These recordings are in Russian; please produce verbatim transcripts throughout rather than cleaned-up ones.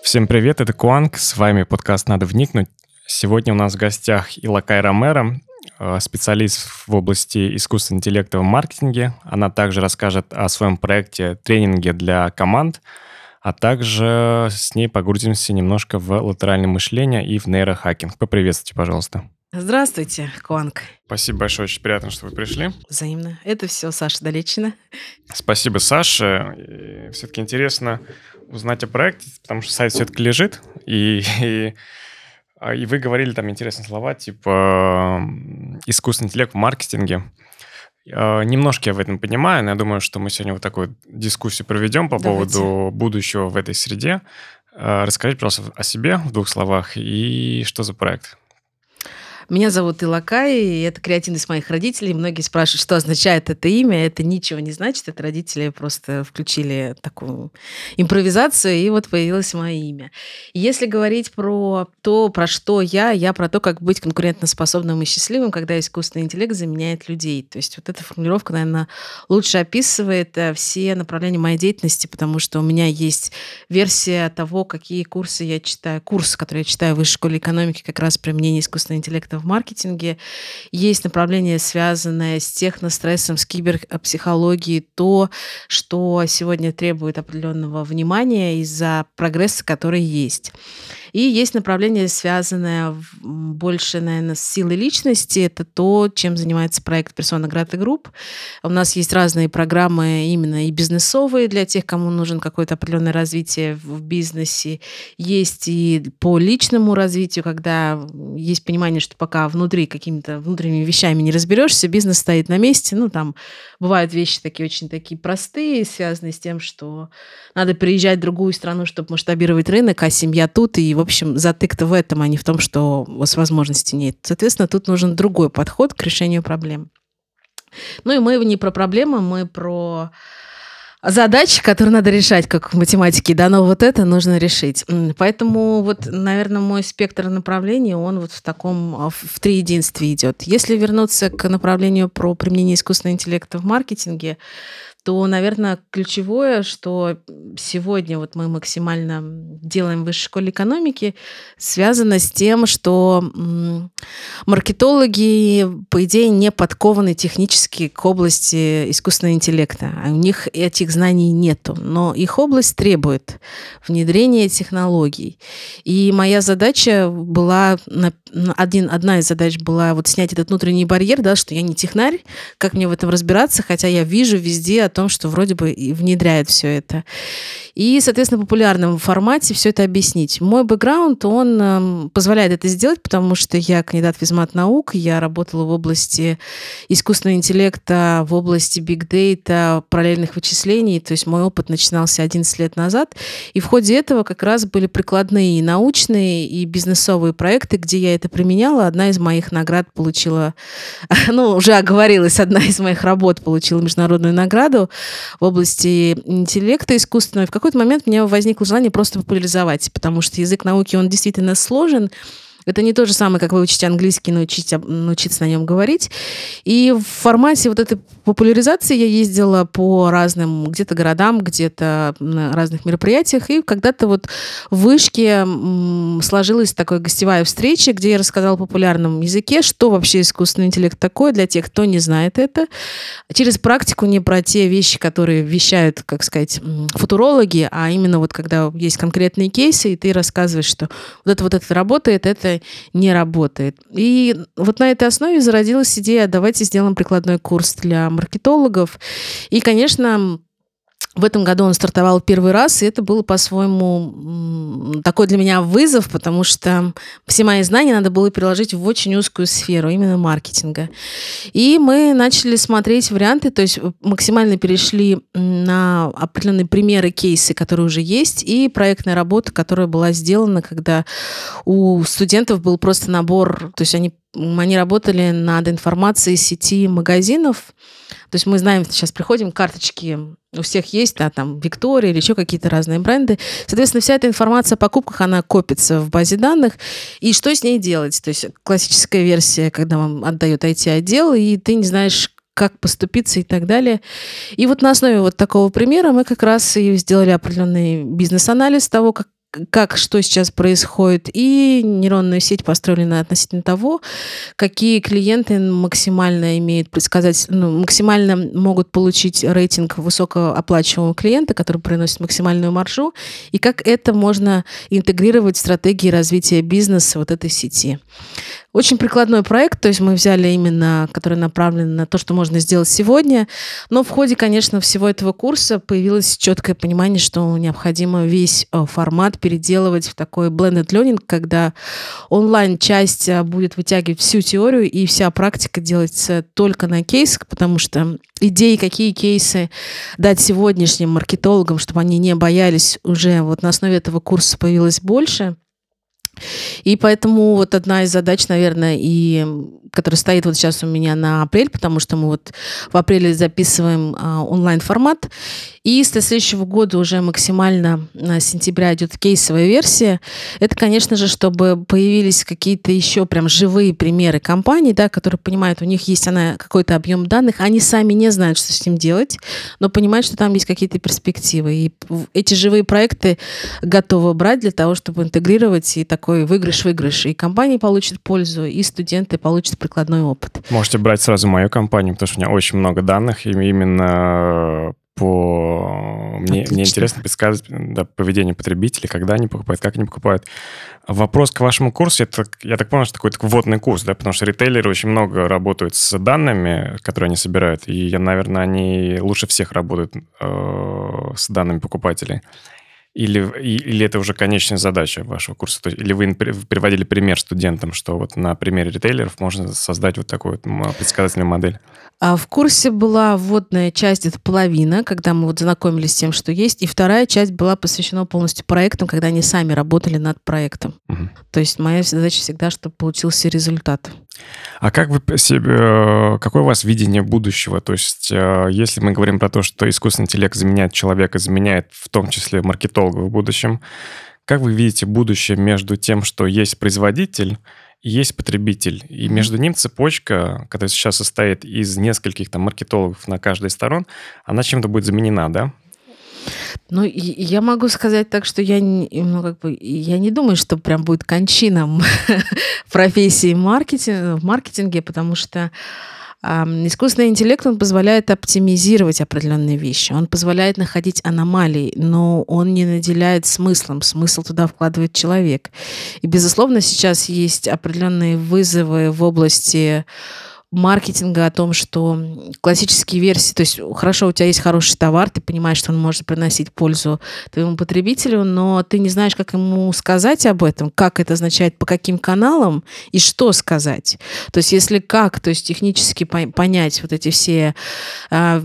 Всем привет, это Куанг, с вами подкаст «Надо вникнуть». Сегодня у нас в гостях Илакай Ромеро, специалист в области искусственного интеллекта в маркетинге. Она также расскажет о своем проекте тренинге для команд, а также с ней погрузимся немножко в латеральное мышление и в нейрохакинг. Поприветствуйте, пожалуйста. Здравствуйте, Куанг. Спасибо большое, очень приятно, что вы пришли. Взаимно. Это все Саша Долечина. Спасибо, Саша. И все-таки интересно узнать о проекте, потому что сайт все-таки лежит, и, и, и вы говорили там интересные слова, типа искусственный интеллект в маркетинге. Немножко я в этом понимаю, но я думаю, что мы сегодня вот такую дискуссию проведем по Давайте. поводу будущего в этой среде. Расскажите, пожалуйста, о себе в двух словах и что за проект. Меня зовут Илакай, и это креативность моих родителей. Многие спрашивают, что означает это имя. Это ничего не значит. Это родители просто включили такую импровизацию, и вот появилось мое имя. Если говорить про то, про что я, я про то, как быть конкурентоспособным и счастливым, когда искусственный интеллект заменяет людей. То есть вот эта формулировка, наверное, лучше описывает все направления моей деятельности, потому что у меня есть версия того, какие курсы я читаю, курс, который я читаю в Высшей школе экономики, как раз применение искусственного интеллекта в маркетинге. Есть направление, связанное с технострессом, с киберпсихологией, то, что сегодня требует определенного внимания из-за прогресса, который есть. И есть направление, связанное больше, наверное, с силой личности. Это то, чем занимается проект Persona Grata Group. У нас есть разные программы именно и бизнесовые для тех, кому нужен какое-то определенное развитие в бизнесе. Есть и по личному развитию, когда есть понимание, что пока внутри какими-то внутренними вещами не разберешься, бизнес стоит на месте. Ну, там бывают вещи такие очень такие простые, связанные с тем, что надо переезжать в другую страну, чтобы масштабировать рынок, а семья тут, и в общем, затык-то в этом, а не в том, что у вас возможностей нет. Соответственно, тут нужен другой подход к решению проблем. Ну и мы не про проблемы, мы про задачи, которые надо решать, как в математике, да, но вот это нужно решить. Поэтому вот, наверное, мой спектр направлений, он вот в таком, в триединстве идет. Если вернуться к направлению про применение искусственного интеллекта в маркетинге, то, наверное, ключевое, что сегодня вот мы максимально делаем в Высшей школе экономики, связано с тем, что маркетологи, по идее, не подкованы технически к области искусственного интеллекта. У них этих знаний нету, но их область требует внедрения технологий. И моя задача была, один, одна из задач была вот снять этот внутренний барьер, да, что я не технарь, как мне в этом разбираться, хотя я вижу везде о том, что вроде бы внедряют все это. И, соответственно, в популярном формате все это объяснить. Мой бэкграунд, он э, позволяет это сделать, потому что я кандидат физмат-наук, я работала в области искусственного интеллекта, в области биг-дейта, параллельных вычислений, то есть мой опыт начинался одиннадцать лет назад, и в ходе этого как раз были прикладные и научные, и бизнесовые проекты, где я это применяла. Одна из моих наград получила, ну, уже оговорилась, одна из моих работ получила международную награду в области интеллекта искусственного. И в какой-то момент у меня возникло желание просто популяризовать, потому что язык науки, он действительно сложен. Это не то же самое, как выучить английский, научить, научиться на нем говорить. И в формате вот этой популяризации я ездила по разным где-то городам, где-то на разных мероприятиях. И когда-то вот в Вышке сложилась такая гостевая встреча, где я рассказала о популярном языке, что вообще искусственный интеллект такое для тех, кто не знает это. Через практику, не про те вещи, которые вещают, как сказать, футурологи, а именно вот когда есть конкретные кейсы, и ты рассказываешь, что вот это вот это работает, это не работает. И вот на этой основе зародилась идея: давайте сделаем прикладной курс для маркетологов. И, конечно, в этом году он стартовал первый раз, и это было по-своему такой для меня вызов, потому что все мои знания надо было переложить в очень узкую сферу, именно маркетинга. И мы начали смотреть варианты, то есть максимально перешли на определенные примеры, кейсы, которые уже есть, и проектная работа, которая была сделана, когда у студентов был просто набор, то есть они Они работали над информацией сети магазинов. То есть мы знаем, сейчас приходим, карточки у всех есть, да, там Виктория или еще какие-то разные бренды. Соответственно, вся эта информация о покупках, она копится в базе данных. И что с ней делать? То есть классическая версия, когда вам отдают ай ти-отдел, и ты не знаешь, как поступиться и так далее. И вот на основе вот такого примера мы как раз и сделали определенный бизнес-анализ того, как как, что сейчас происходит, и нейронная сеть построена относительно того, какие клиенты максимально имеют предсказать, ну, максимально могут получить рейтинг высокооплачиваемого клиента, который приносит максимальную маржу, и как это можно интегрировать в стратегии развития бизнеса вот этой сети. Очень прикладной проект, то есть мы взяли именно, который направлен на то, что можно сделать сегодня, но в ходе, конечно, всего этого курса появилось четкое понимание, что необходимо весь формат переделывать в такой blended learning, когда онлайн-часть будет вытягивать всю теорию, и вся практика делается только на кейсах, потому что идеи, какие кейсы дать сегодняшним маркетологам, чтобы они не боялись, уже вот на основе этого курса появилось больше. И поэтому вот одна из задач, наверное, и которая стоит вот сейчас у меня на апрель, потому что мы вот в апреле записываем а, онлайн-формат, и с следующего года уже максимально на сентября идет кейсовая версия. Это, конечно же, чтобы появились какие-то еще прям живые примеры компаний, да, которые понимают, у них есть она, какой-то объем данных, они сами не знают, что с ним делать, но понимают, что там есть какие-то перспективы. И эти живые проекты готовы брать для того, чтобы интегрировать, и такой выигрыш-выигрыш. И компании получат пользу, и студенты получат прикладной опыт. Можете брать сразу мою компанию, потому что у меня очень много данных, и именно по... Мне, мне интересно предсказывать, да, поведение потребителей, когда они покупают, как они покупают. Вопрос к вашему курсу. Это, я так понял, что такой, такой вводный курс, да, потому что ритейлеры очень много работают с данными, которые они собирают, и, наверное, они лучше всех работают э, с данными покупателей. Или, или это уже конечная задача вашего курса? То есть, или вы приводили пример студентам, что вот на примере ритейлеров можно создать вот такую вот предсказательную модель? А в курсе была вводная часть, это половина, когда мы вот знакомились с тем, что есть, и вторая часть была посвящена полностью проектам, когда они сами работали над проектом. Угу. То есть моя задача всегда, чтобы получился результат. А как вы себе, какое у вас видение будущего? То есть, если мы говорим про то, что искусственный интеллект заменяет человека, заменяет в том числе маркетолога в будущем, как вы видите будущее между тем, что есть производитель и есть потребитель, и между ним цепочка, которая сейчас состоит из нескольких там маркетологов на каждой из сторон, она чем-то будет заменена, да? Ну, я могу сказать так, что я не, ну, как бы, я не думаю, что прям будет кончина профессии маркетинга, в маркетинге, потому что э, искусственный интеллект, он позволяет оптимизировать определенные вещи, он позволяет находить аномалии, но он не наделяет смыслом. Смысл туда вкладывает человек. И, безусловно, сейчас есть определенные вызовы в области маркетинга о том, что классические версии, то есть хорошо, у тебя есть хороший товар, ты понимаешь, что он может приносить пользу твоему потребителю, но ты не знаешь, как ему сказать об этом, как это означает, по каким каналам и что сказать. То есть если как, то есть технически понять вот эти все а,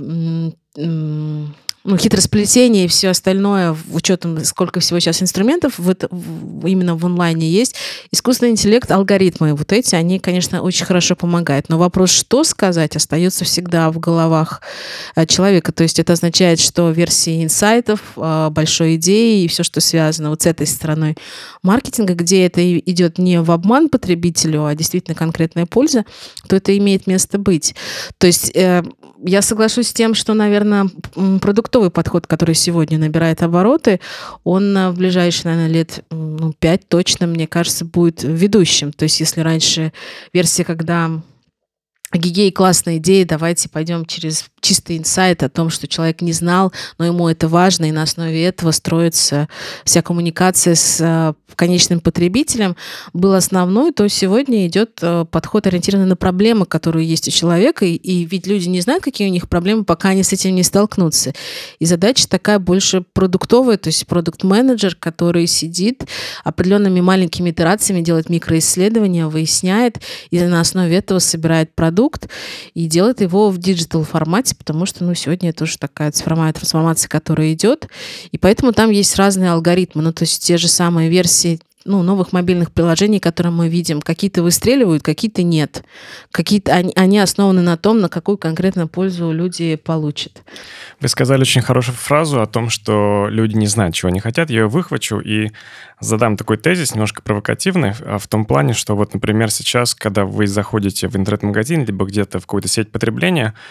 м- ну, хитросплетение и все остальное, учетом, сколько всего сейчас инструментов в это, в, именно в онлайне есть, искусственный интеллект, алгоритмы вот эти, они, конечно, очень хорошо помогают. Но вопрос, что сказать, остается всегда в головах человека. То есть это означает, что версии инсайтов, большой идеи и все, что связано вот с этой стороной маркетинга, где это идет не в обман потребителю, а действительно конкретная польза, то это имеет место быть. То есть я соглашусь с тем, что, наверное, продуктовый подход, который сегодня набирает обороты, он в ближайшие, наверное, лет ну, пять точно, мне кажется, будет ведущим. То есть если раньше версия, когда гигей, классная идея, давайте пойдем через чистый инсайт о том, что человек не знал, но ему это важно, и на основе этого строится вся коммуникация с конечным потребителем, был основной, то сегодня идет подход, ориентированный на проблемы, которые есть у человека, и, и ведь люди не знают, какие у них проблемы, пока они с этим не столкнутся. И задача такая больше продуктовая, то есть продукт-менеджер, который сидит определенными маленькими итерациями, делает микроисследования, выясняет, и на основе этого собирает продукт и делает его в диджитал формате, потому что ну, сегодня это уже такая цифровая трансформация, которая идет, и поэтому там есть разные алгоритмы, ну то есть те же самые версии ну, новых мобильных приложений, которые мы видим, какие-то выстреливают, какие-то нет. Какие-то, они, они основаны на том, на какую конкретно пользу люди получат. Вы сказали очень хорошую фразу о том, что люди не знают, чего они хотят. Я ее выхвачу и задам такой тезис, немножко провокативный, в том плане, что вот, например, сейчас, когда вы заходите в интернет-магазин, либо где-то в какую-то сеть потребления,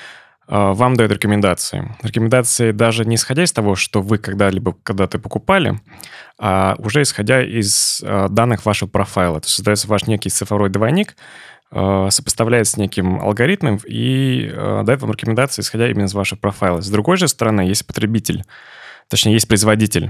вам дает рекомендации. Рекомендации даже не исходя из того, что вы когда-либо когда-то покупали, а уже исходя из данных вашего профайла. То есть создается ваш некий цифровой двойник, сопоставляется с неким алгоритмом и дает вам рекомендации, исходя именно из вашего профайла. С другой же стороны, есть потребитель, точнее, есть производитель,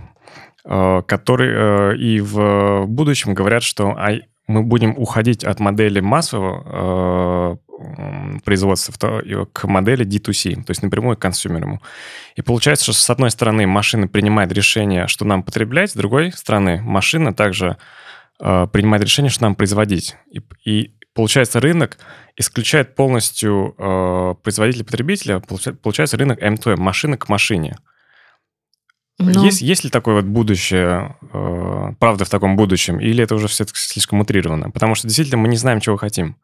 который и в будущем говорят, что мы будем уходить от модели массового производства к модели ди ту си, то есть напрямую к консюмеру. И получается, что с одной стороны машина принимает решение, что нам потреблять, с другой стороны машина также э, принимает решение, что нам производить. И, и получается, рынок исключает полностью э, производителя-потребителя, получается, получается рынок эм ту эм, машина к машине. Но... Есть, есть ли такое вот будущее, э, правда в таком будущем, или это уже все-таки слишком утрировано? Потому что действительно мы не знаем, чего хотим.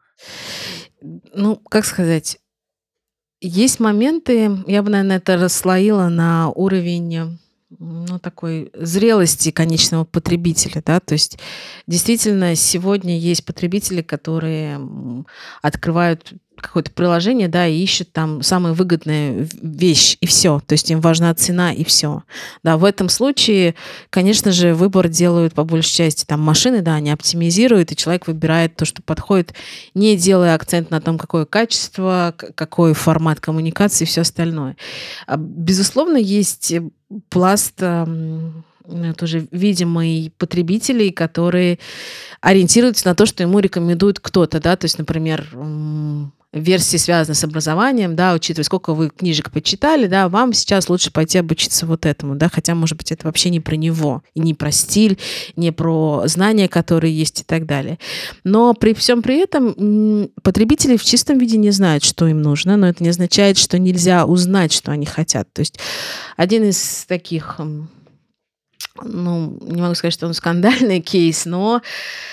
Ну, как сказать, есть моменты, я бы, наверное, это расслоила на уровень, ну, такой зрелости конечного потребителя, да, то есть действительно сегодня есть потребители, которые открывают какое-то приложение, да, и ищут там самую выгодную вещь, и все. То есть им важна цена, и все. Да, в этом случае, конечно же, выбор делают по большей части там машины, да, они оптимизируют, и человек выбирает то, что подходит, не делая акцент на том, какое качество, какой формат коммуникации и все остальное. Безусловно, есть пласт тоже видимый потребителей, которые ориентируются на то, что ему рекомендует кто-то, да, то есть, например, версии, связанные с образованием, да, учитывая, сколько вы книжек почитали, да, вам сейчас лучше пойти обучиться вот этому, да, хотя, может быть, это вообще не про него, и не про стиль, не про знания, которые есть и так далее. Но при всем при этом потребители в чистом виде не знают, что им нужно, но это не означает, что нельзя узнать, что они хотят. То есть один из таких, ну, не могу сказать, что он скандальный кейс, но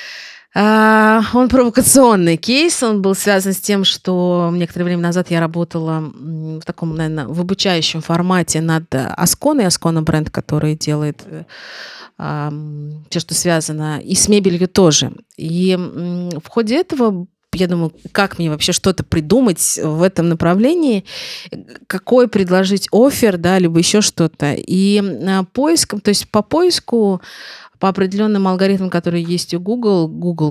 Uh, он провокационный кейс, он был связан с тем, что некоторое время назад я работала в таком, наверное, в обучающем формате над Ascona, Ascona бренд, который делает uh, все, что связано, и с мебелью тоже. И uh, в ходе этого я думаю, как мне вообще что-то придумать в этом направлении, какой предложить оффер, да, либо еще что-то. И uh, поиском, то есть по поиску по определенным алгоритмам, которые есть у Google, Google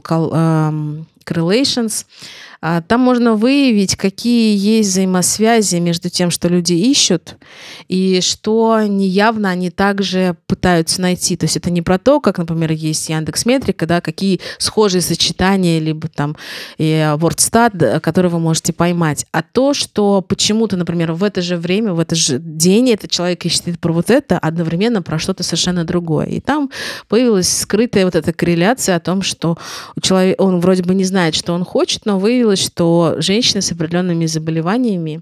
Correlations, там можно выявить, какие есть взаимосвязи между тем, что люди ищут, и что неявно они также пытаются найти. То есть это не про то, как, например, есть Яндекс.Метрика, да, какие схожие сочетания, либо там WordStat, которые вы можете поймать, а то, что почему-то, например, в это же время, в этот же день этот человек ищет про вот это, одновременно про что-то совершенно другое. И там появилась скрытая вот эта корреляция о том, что у человека, он вроде бы не знает, что он хочет, но выявилось, что женщины с определенными заболеваниями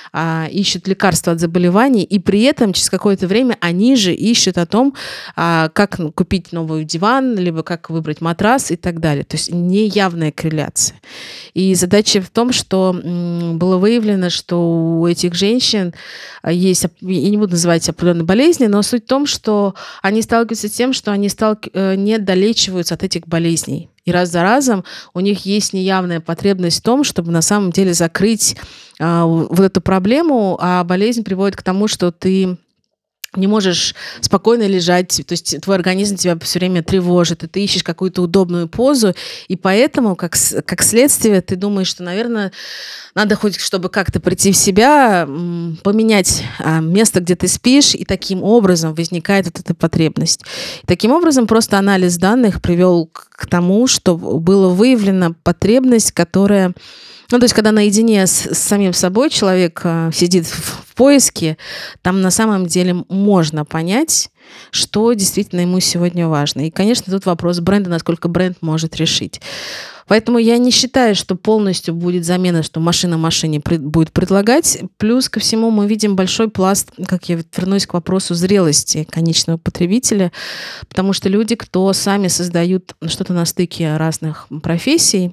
а, ищут лекарства от заболеваний, и при этом через какое-то время они же ищут о том, а, как купить новый диван, либо как выбрать матрас и так далее. То есть неявная корреляция. И задача в том, что м, было выявлено, что у этих женщин есть, я не буду называть определенные болезни, но суть в том, что они сталкиваются с тем, что они сталк... не долечиваются от этих болезней. И раз за разом у них есть неявная потребность в том, чтобы на самом деле закрыть а, вот эту проблему, а болезнь приводит к тому, что ты не можешь спокойно лежать, то есть твой организм тебя все время тревожит, и ты ищешь какую-то удобную позу, и поэтому, как, как следствие, ты думаешь, что, наверное, надо хоть, чтобы как-то прийти в себя, поменять место, где ты спишь, и таким образом возникает вот эта потребность. И таким образом просто анализ данных привел к тому, что была выявлена потребность, которая... Ну, то есть, когда наедине с, с самим собой человек э, сидит в, в поиске, там на самом деле можно понять, что действительно ему сегодня важно. И, конечно, тут вопрос бренда, насколько бренд может решить. Поэтому я не считаю, что полностью будет замена, что машина машине пред, будет предлагать. Плюс ко всему мы видим большой пласт, как я вернусь к вопросу зрелости конечного потребителя, потому что люди, кто сами создают что-то на стыке разных профессий,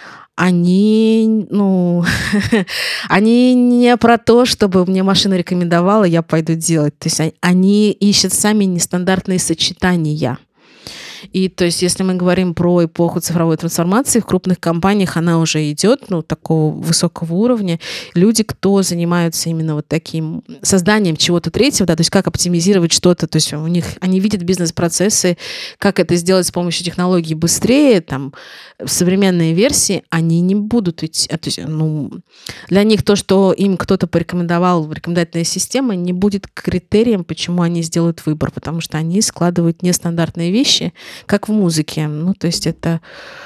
они, ну, они не про то, чтобы мне машина рекомендовала, я пойду делать. То есть они ищут сами нестандартные сочетания. И то есть, если мы говорим про эпоху цифровой трансформации, в крупных компаниях она уже идет, ну, такого высокого уровня. Люди, кто занимаются именно вот таким созданием чего-то третьего, да, то есть как оптимизировать что-то, то есть у них, они видят бизнес-процессы, как это сделать с помощью технологий быстрее, там, современные версии, они не будут идти, то есть, ну, для них то, что им кто-то порекомендовал, рекомендательная система, не будет критерием, почему они сделают выбор, потому что они складывают нестандартные вещи, как в музыке. Ну, то есть это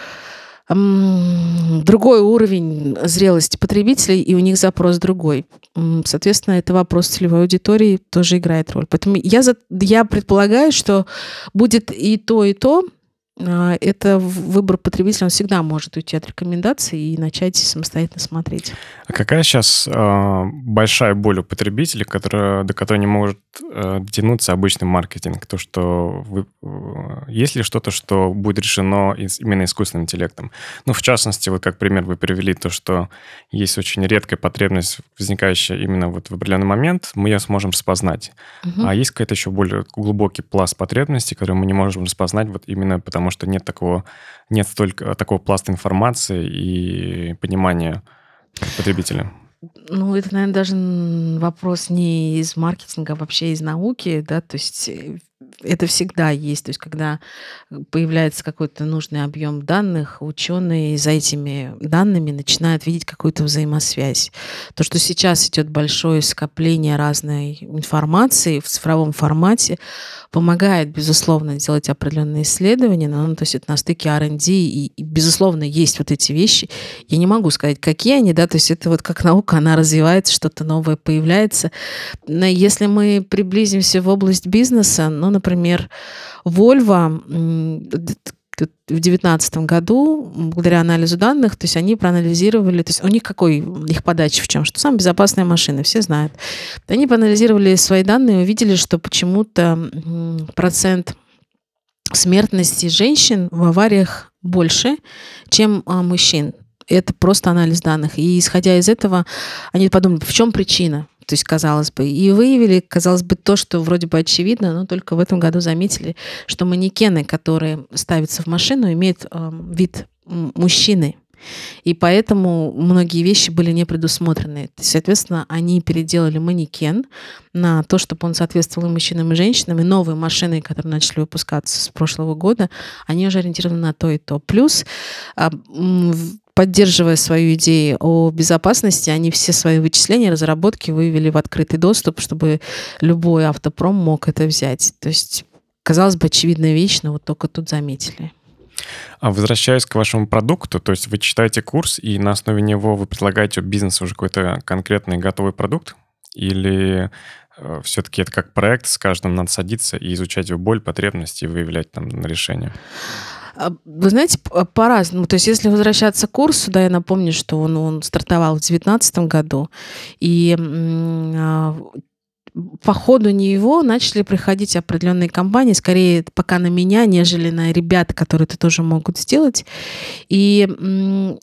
м, другой уровень зрелости потребителей, и у них запрос другой. М, Соответственно, это вопрос целевой аудитории тоже играет роль. Поэтому я, за- я предполагаю, что будет и то, и то. А, Это в- выбор потребителя, он всегда может уйти от рекомендаций и начать самостоятельно смотреть. А какая сейчас э, большая боль у потребителей, которая, до которой не может э, дотянуться обычный маркетинг? То, что вы, э, есть ли что-то, что будет решено ис- именно искусственным интеллектом? Ну, в частности, вот как пример вы привели то, что есть очень редкая потребность, возникающая именно вот в определенный момент, мы ее сможем распознать. Мгм. А есть какой-то еще более глубокий пласт потребностей, который мы не можем распознать вот именно потому, что нет такого, нет столько такого пласта информации и понимания потребителя. Ну, это, наверное, даже м, вопрос не из маркетинга, а вообще из науки, да, то есть э, это всегда есть. То есть когда появляется какой-то нужный объем данных, ученые за этими данными начинают видеть какую-то взаимосвязь. То, что сейчас идет большое скопление разной информации в цифровом формате, помогает, безусловно, делать определенные исследования, но, ну, то есть это на стыке ар энд ди, и, и, безусловно, есть вот эти вещи. Я не могу сказать, какие они, да, то есть это вот как наука, она развивается, что-то новое появляется. Но если мы приблизимся в область бизнеса, ну, например, Volvo м, д- т- в девятнадцатом году, благодаря анализу данных, то есть они проанализировали, то есть у них какой их подача в чем? Что самая безопасная машина, все знают. Они проанализировали свои данные и увидели, что почему-то м, процент смертности женщин в авариях больше, чем а, мужчин. Это просто анализ данных. И исходя из этого, они подумали, в чем причина? То есть, казалось бы, и выявили, казалось бы, то, что вроде бы очевидно, но только в этом году заметили, что манекены, которые ставятся в машину, имеют э, вид м, мужчины. И поэтому многие вещи были не предусмотрены. То есть, соответственно, они переделали манекен на то, чтобы он соответствовал и мужчинам, и женщинам. И новые машины, которые начали выпускаться с прошлого года, они уже ориентированы на то и то. Плюс, а, м, в- поддерживая свою идею о безопасности, они все свои вычисления, разработки вывели в открытый доступ, чтобы любой автопром мог это взять. То есть, казалось бы, очевидная вещь, но вот только тут заметили. А возвращаясь к вашему продукту, то есть вы читаете курс, и на основе него вы предлагаете бизнесу уже какой-то конкретный готовый продукт? Или все-таки это как проект, с каждым надо садиться и изучать его боль, потребности и выявлять там решение? А, Вы знаете, п- по-разному. То есть, если возвращаться к курсу, да, я напомню, что он, он стартовал в две тысячи девятнадцатом году, и м, а, по ходу него начали приходить определенные компании, скорее это пока на меня, нежели на ребят, которые это тоже могут сделать. И м,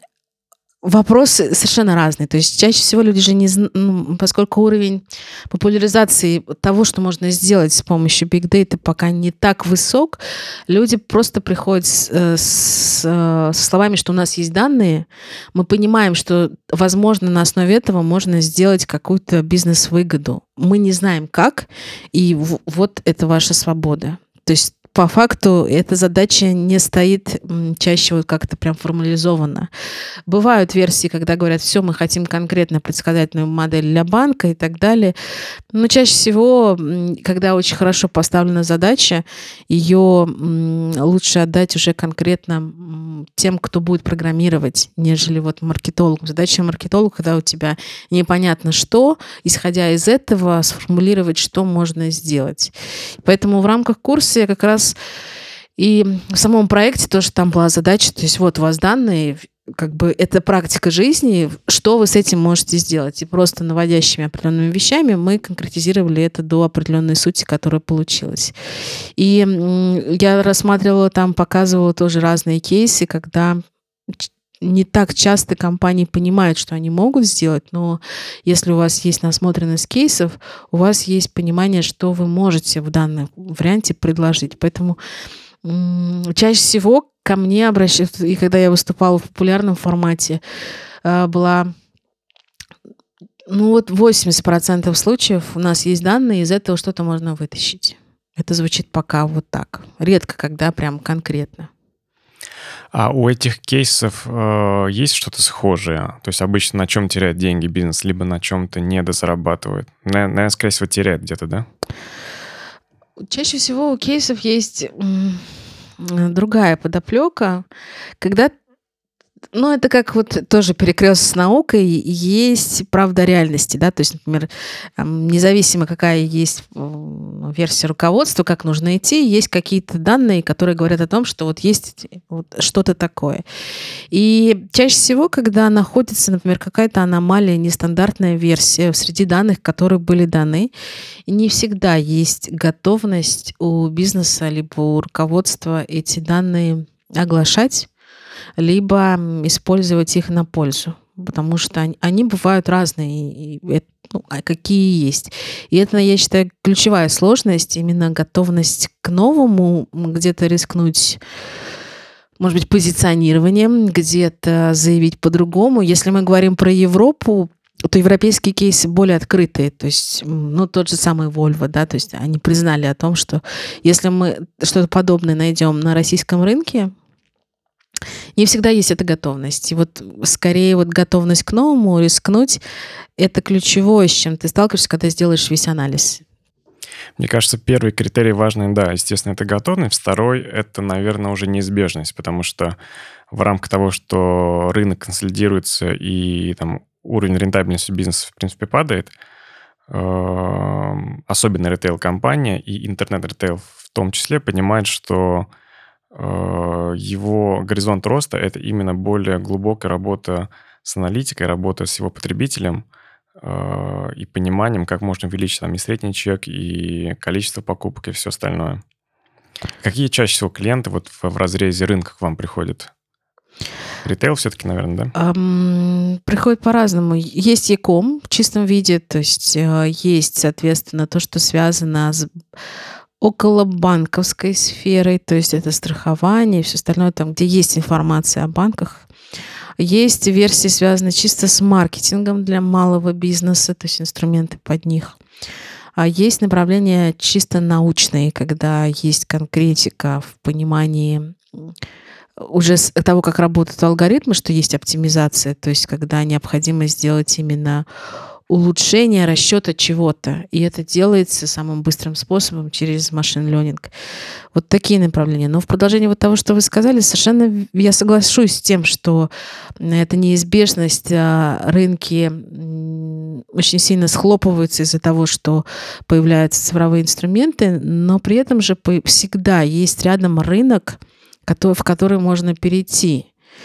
вопросы совершенно разные. То есть чаще всего люди же не зн- ну, поскольку уровень популяризации того, что можно сделать с помощью Big Data, пока не так высок, люди просто приходят с, э, с, э, со словами, что у нас есть данные, мы понимаем, что, возможно, на основе этого можно сделать какую-то бизнес-выгоду. Мы не знаем как, и в- вот это ваша свобода. То есть по факту эта задача не стоит м, чаще вот как-то прям формализованно. Бывают версии, когда говорят, все, мы хотим конкретно предсказательную модель для банка и так далее. Но чаще всего, м, когда очень хорошо поставлена задача, ее м, лучше отдать уже конкретно м, тем, кто будет программировать, нежели вот маркетологу. Задача маркетолога, когда у тебя непонятно что, исходя из этого, сформулировать, что можно сделать. Поэтому в рамках курса я как раз и в самом проекте тоже там была задача, то есть вот у вас данные, как бы это практика жизни, что вы с этим можете сделать. И просто наводящими определенными вещами мы конкретизировали это до определенной сути, которая получилась. И м, я рассматривала там, показывала тоже разные кейсы, когда ч- не так часто компании понимают, что они могут сделать, но если у вас есть насмотренность кейсов, у вас есть понимание, что вы можете в данном варианте предложить. Поэтому Чаще всего ко мне обращаются, и когда я выступала в популярном формате, была... Ну вот восемьдесят процентов случаев у нас есть данные, из этого что-то можно вытащить. Это звучит пока вот так. Редко, когда прям конкретно. А у этих кейсов э, есть что-то схожее? То есть обычно на чем теряет деньги бизнес, либо на чем-то недозарабатывает? Наверное, скорее всего, теряет где-то, да? Чаще всего у кейсов есть другая подоплека, когда, ну, это как вот тоже перекрест с наукой, есть правда реальности, да, то есть, например, независимо какая есть версия руководства, как нужно идти, есть какие-то данные, которые говорят о том, что вот есть вот что-то такое. И чаще всего, когда находится, например, какая-то аномалия, нестандартная версия среди данных, которые были даны, не всегда есть готовность у бизнеса либо у руководства эти данные оглашать, либо использовать их на пользу, потому что они, они бывают разные, и, ну, какие есть. И это, я считаю, ключевая сложность, именно готовность к новому, где-то рискнуть, может быть, позиционированием, где-то заявить по-другому. Если мы говорим про Европу, то европейские кейсы более открытые, то есть, ну, тот же самый Volvo, да, то есть они признали о том, что если мы что-то подобное найдем на российском рынке, не всегда есть эта готовность. И вот скорее вот готовность к новому, рискнуть, это ключевое, с чем ты сталкиваешься, когда сделаешь весь анализ. Мне кажется, первый критерий важный, да, естественно, это готовность. Второй — это, наверное, уже неизбежность, потому что в рамках того, что рынок консолидируется и там уровень рентабельности бизнеса, в принципе, падает, особенно ритейл-компания и интернет-ритейл в том числе понимает, что его горизонт роста — это именно более глубокая работа с аналитикой, работа с его потребителем и пониманием, как можно увеличить там и средний чек, и количество покупок, и все остальное. Какие чаще всего клиенты вот в, в разрезе рынка к вам приходят? Ритейл все-таки, наверное, да? Um, приходит по-разному. Есть e-com в чистом виде, то есть есть, соответственно, то, что связано с около банковской сферой, то есть это страхование и все остальное, там, где есть информация о банках. Есть версии, связанные чисто с маркетингом для малого бизнеса, то есть инструменты под них. А есть направления чисто научные, когда есть конкретика в понимании уже того, как работают алгоритмы, что есть оптимизация, то есть когда необходимо сделать именно улучшение расчета чего-то. И это делается самым быстрым способом через машин ленинг. Вот такие направления. Но в продолжение вот того, что вы сказали, совершенно я соглашусь с тем, что это неизбежность. Рынки очень сильно схлопываются из-за того, что появляются цифровые инструменты, но при этом же всегда есть рядом рынок, в который можно перейти.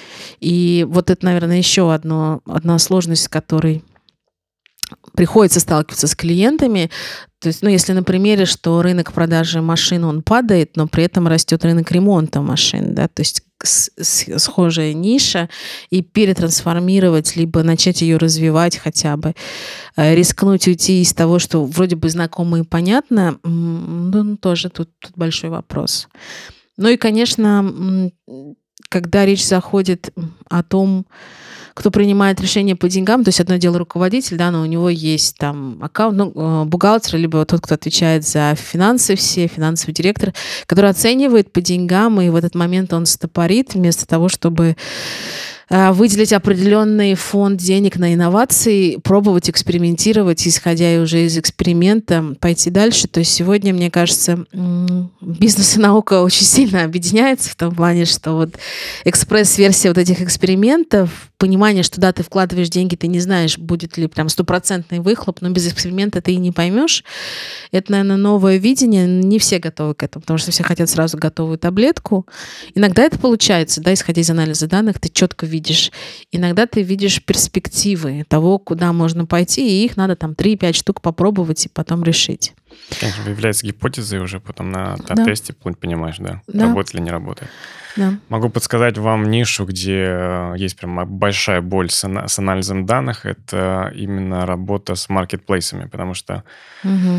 И вот это, наверное, еще одно, одна сложность, с которой приходится сталкиваться с клиентами. То есть, ну, если на примере, что рынок продажи машин, он падает, но при этом растет рынок ремонта машин, да, то есть схожая ниша, и перетрансформировать, либо начать ее развивать хотя бы, рискнуть уйти из того, что вроде бы знакомо и понятно, ну, тоже тут, тут большой вопрос. Ну и, конечно, когда речь заходит о том, кто принимает решение по деньгам, то есть одно дело руководитель, да, но у него есть там аккаунт, ну, бухгалтер, либо тот, кто отвечает за финансы все, финансовый директор, который оценивает по деньгам, и в этот момент он стопорит вместо того, чтобы выделить определенный фонд денег на инновации, пробовать экспериментировать, исходя уже из эксперимента, пойти дальше. То есть сегодня, мне кажется, бизнес и наука очень сильно объединяются в том плане, что вот экспресс-версия вот этих экспериментов, понимание, что да, ты вкладываешь деньги, ты не знаешь, будет ли прям стопроцентный выхлоп, но без эксперимента ты и не поймешь. Это, наверное, новое видение. Не все готовы к этому, потому что все хотят сразу готовую таблетку. Иногда это получается, да, исходя из анализа данных, ты четко видишь. Иногда ты видишь перспективы того, куда можно пойти, и их надо там три-пять штук попробовать и потом решить. Конечно, появляется гипотеза, и уже потом на, на да. тесте понимаешь, да, да. работает или не работает. Да. Могу подсказать вам нишу, где есть прям большая боль с, с анализом данных. Это именно работа с маркетплейсами, потому что угу.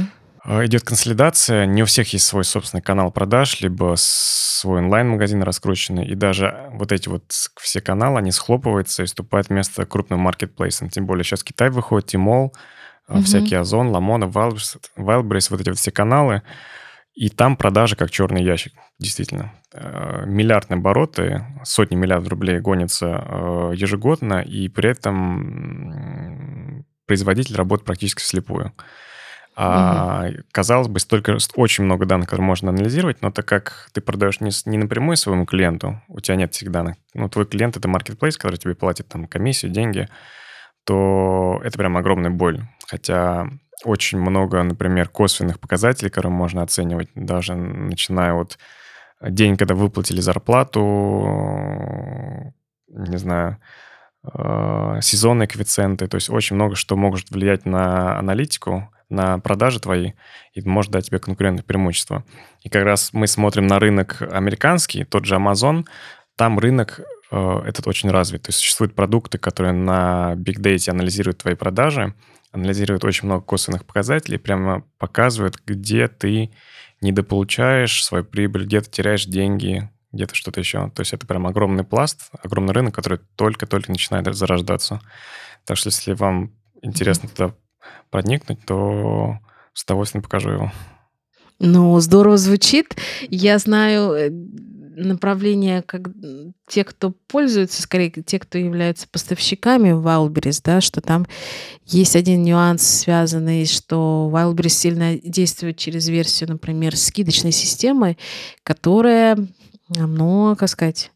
идет консолидация. Не у всех есть свой собственный канал продаж, либо свой онлайн-магазин раскрученный. И даже вот эти вот все каналы, они схлопываются и вступают вместо крупным маркетплейсом. Тем более сейчас Китай выходит, Тимол, mm-hmm. всякие Озон, Ламона, Wildberries, Wildberries, вот эти вот все каналы. И там продажи как черный ящик, действительно. Миллиардные обороты, сотни миллиардов рублей гонятся ежегодно, и при этом производитель работает практически вслепую. А, угу. Казалось бы, столько, очень много данных, которые можно анализировать, но так как ты продаешь не, не напрямую своему клиенту, у тебя нет всех данных, ну, твой клиент — это маркетплейс, который тебе платит там комиссию, деньги, то это прям огромная боль. Хотя очень много, например, косвенных показателей, которые можно оценивать, даже начиная от день, когда выплатили зарплату, не знаю, сезонные коэффициенты, то есть очень много что может влиять на аналитику, на продажи твои, и может дать тебе конкурентное преимущество. И как раз мы смотрим на рынок американский, тот же Amazon, там рынок э, этот очень развит. То есть существуют продукты, которые на Big Data анализируют твои продажи, анализируют очень много косвенных показателей, прямо показывают, где ты недополучаешь свою прибыль, где ты теряешь деньги, где-то что-то еще. То есть это прям огромный пласт, огромный рынок, который только-только начинает зарождаться. Так что если вам интересно туда проникнуть, то с удовольствием покажу его. Ну, здорово звучит. Я знаю направления, как те, кто пользуется, скорее, те, кто являются поставщиками Wildberries, да, что там есть один нюанс, связанный, что Wildberries сильно действует через версию, например, скидочной системы, которая, ну, как сказать,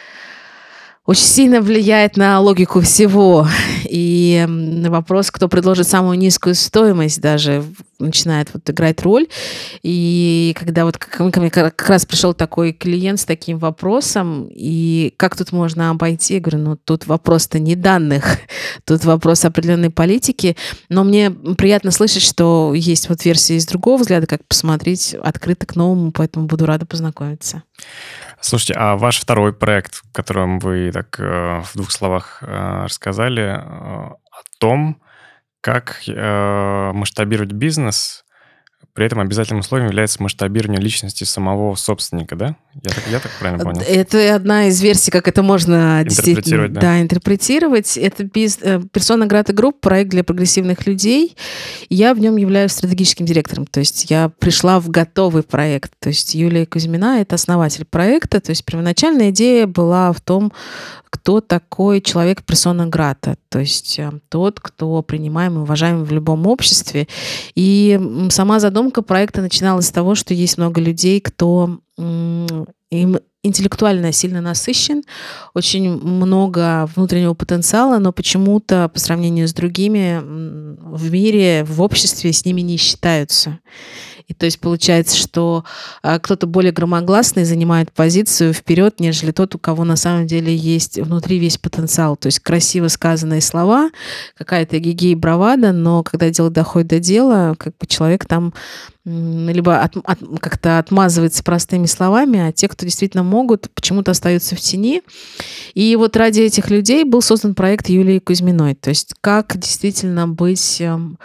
очень сильно влияет на логику всего. И вопрос, кто предложит самую низкую стоимость, даже начинает вот играть роль. И когда вот ко мне как раз пришел такой клиент с таким вопросом, и как тут можно обойти? Я говорю, ну тут вопрос-то не данных, тут вопрос определенной политики. Но мне приятно слышать, что есть вот версия из другого взгляда, как посмотреть открыто к новому, поэтому буду рада познакомиться. Слушайте, а ваш второй проект, в котором вы так э, в двух словах э, рассказали э, о том, как э, масштабировать бизнес, при этом обязательным условием является масштабирование личности самого собственника, да? Я так, я так правильно понял? Это одна из версий, как это можно действительно да. Да, интерпретировать. Это Persona Grata Group, проект для прогрессивных людей. Я в нем являюсь стратегическим директором. То есть я пришла в готовый проект. То есть Юлия Кузьмина — это основатель проекта. То есть первоначальная идея была в том, кто такой человек Persona Grata, то есть тот, кто принимаем и уважаем в любом обществе. И сама задумка проекта начиналась с того, что есть много людей, кто им интеллектуально сильно насыщен, очень много внутреннего потенциала, но почему-то по сравнению с другими в мире, в обществе с ними не считаются. И то есть получается, что а, кто-то более громогласный занимает позицию вперед, нежели тот, у кого на самом деле есть внутри весь потенциал. То есть красиво сказанные слова, какая-то гигей бравада, но когда дело доходит до дела, как бы человек там либо от, от, как-то отмазывается простыми словами, а те, кто действительно могут, почему-то остаются в тени. И вот ради этих людей был создан проект Юлии Кузьминой. То есть как действительно быть...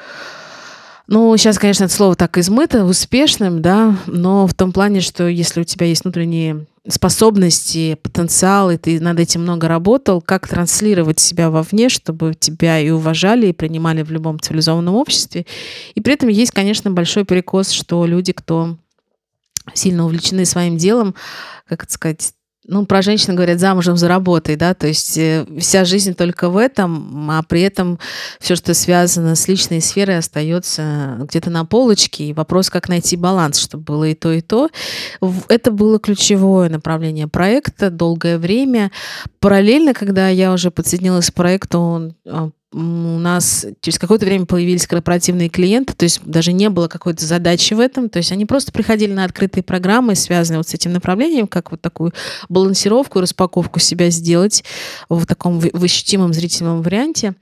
Ну, сейчас, конечно, это слово так измыто, успешным, да, но в том плане, что если у тебя есть внутренние способности, потенциал, и ты над этим много работал, как транслировать себя вовне, чтобы тебя и уважали, и принимали в любом цивилизованном обществе. И при этом есть, конечно, большой перекос, что люди, кто сильно увлечены своим делом, как это сказать, ну, про женщин говорят, замужем за работой, да, то есть вся жизнь только в этом, а при этом все, что связано с личной сферой, остается где-то на полочке. И вопрос, как найти баланс, чтобы было и то, и то. Это было ключевое направление проекта долгое время. Параллельно, когда я уже подсоединилась к проекту, он у нас через какое-то время появились корпоративные клиенты, то есть даже не было какой-то задачи в этом, то есть они просто приходили на открытые программы, связанные вот с этим направлением, как вот такую балансировку, распаковку себя сделать в таком в ощутимом зрительном варианте.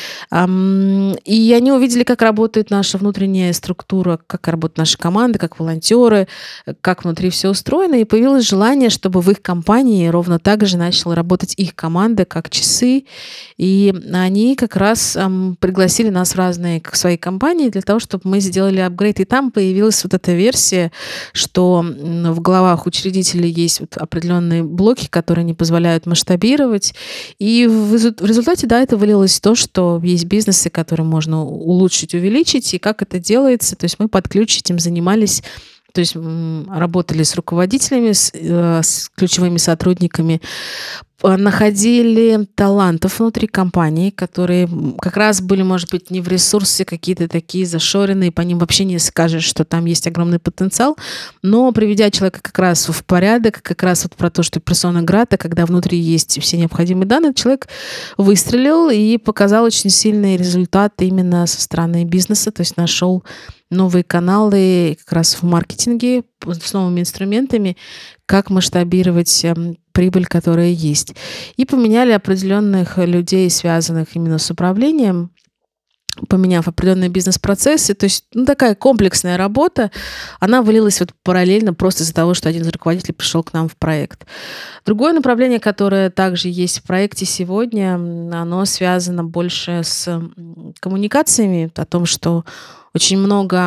И они увидели, как работает наша внутренняя структура, как работают наши команды, как волонтеры, как внутри все устроено, и появилось желание, чтобы в их компании ровно так же начала работать их команда, как часы, и они как раз раз эм, пригласили нас в разные к- свои компании для того, чтобы мы сделали апгрейд. И там появилась вот эта версия, что м, в головах учредителей есть вот определенные блоки, которые не позволяют масштабировать. И в, резу- в результате, да, это вылилось в то, что есть бизнесы, которые можно у- улучшить, увеличить. И как это делается? То есть мы под ключ этим занимались. То есть м, работали с руководителями, с, э, с ключевыми сотрудниками, п- находили талантов внутри компании, которые м, как раз были, может быть, не в ресурсе, какие-то такие зашоренные, по ним вообще не скажешь, что там есть огромный потенциал, но приведя человека как раз в порядок, как раз вот про то, что персона грата, когда внутри есть все необходимые данные, человек выстрелил и показал очень сильные результаты именно со стороны бизнеса, то есть нашел новые каналы как раз в маркетинге с новыми инструментами, как масштабировать эм, прибыль, которая есть. И поменяли определенных людей, связанных именно с управлением, поменяв определенные бизнес-процессы. То есть ну, такая комплексная работа, она вылилась вот параллельно просто из-за того, что один из руководителей пришел к нам в проект. Другое направление, которое также есть в проекте сегодня, м, оно связано больше с м, коммуникациями, о том, что очень много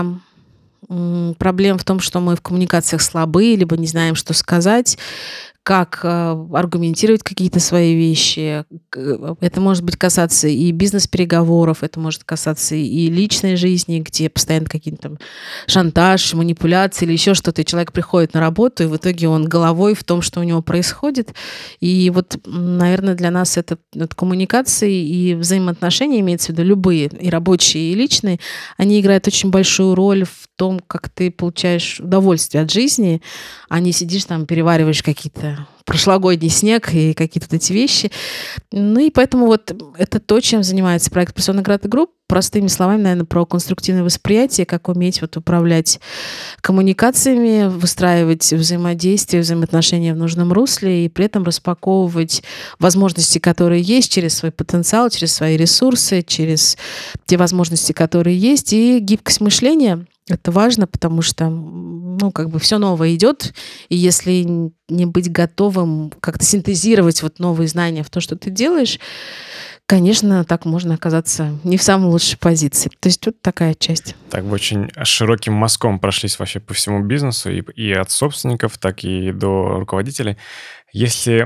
м, проблем в том, что мы в коммуникациях слабы, либо не знаем, что сказать, как э, аргументировать какие-то свои вещи. К- Это может быть касаться и бизнес-переговоров, это может касаться и личной жизни, где постоянно какие-то там шантаж, манипуляции или еще что-то, и человек приходит на работу, и в итоге он головой в том, что у него происходит. И вот, м, наверное, для нас это, это коммуникации и взаимоотношения, имеется в виду любые, и рабочие, и личные, они играют очень большую роль в том, как ты получаешь удовольствие от жизни, а не сидишь там, перевариваешь какие-то прошлогодний снег и какие-то вот эти вещи. Ну и поэтому вот это то, чем занимается проект Persona Grata Group. Простыми словами, наверное, про конструктивное восприятие, как уметь вот управлять коммуникациями, выстраивать взаимодействие, взаимоотношения в нужном русле и при этом распаковывать возможности, которые есть через свой потенциал, через свои ресурсы, через те возможности, которые есть, и гибкость мышления. Это важно, потому что, м, ну, как бы все новое идет, и если н- не быть готовым как-то синтезировать вот новые знания в то, что ты делаешь, конечно, так можно оказаться не в самой лучшей позиции. То есть вот такая часть. Так вы очень широким мазком прошлись вообще по всему бизнесу, и, и от собственников, так и до руководителей. Если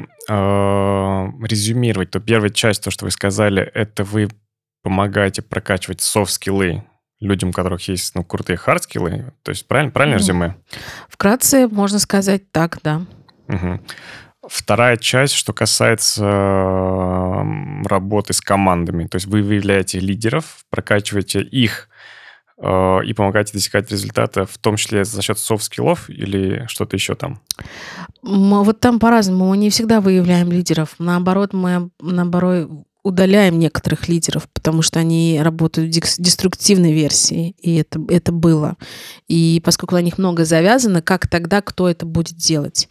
э, резюмировать, то первая часть, то, что вы сказали, это вы помогаете прокачивать софт-скиллы людям, у которых есть ну, крутые хард-скиллы. То есть правильно, правильно Мгм. резюме? Вкратце можно сказать так, да. Мгм. Вторая часть, что касается м, работы с командами. То есть вы выявляете лидеров, прокачиваете их э, и помогаете достигать результата, в том числе за счет софт-скиллов или что-то еще там. М, Вот там по-разному. Мы не всегда выявляем лидеров. Наоборот, мы наоборот удаляем некоторых лидеров, потому что они работают в декс- деструктивной версии, и это, это было. И поскольку на них много завязано, как тогда кто это будет делать?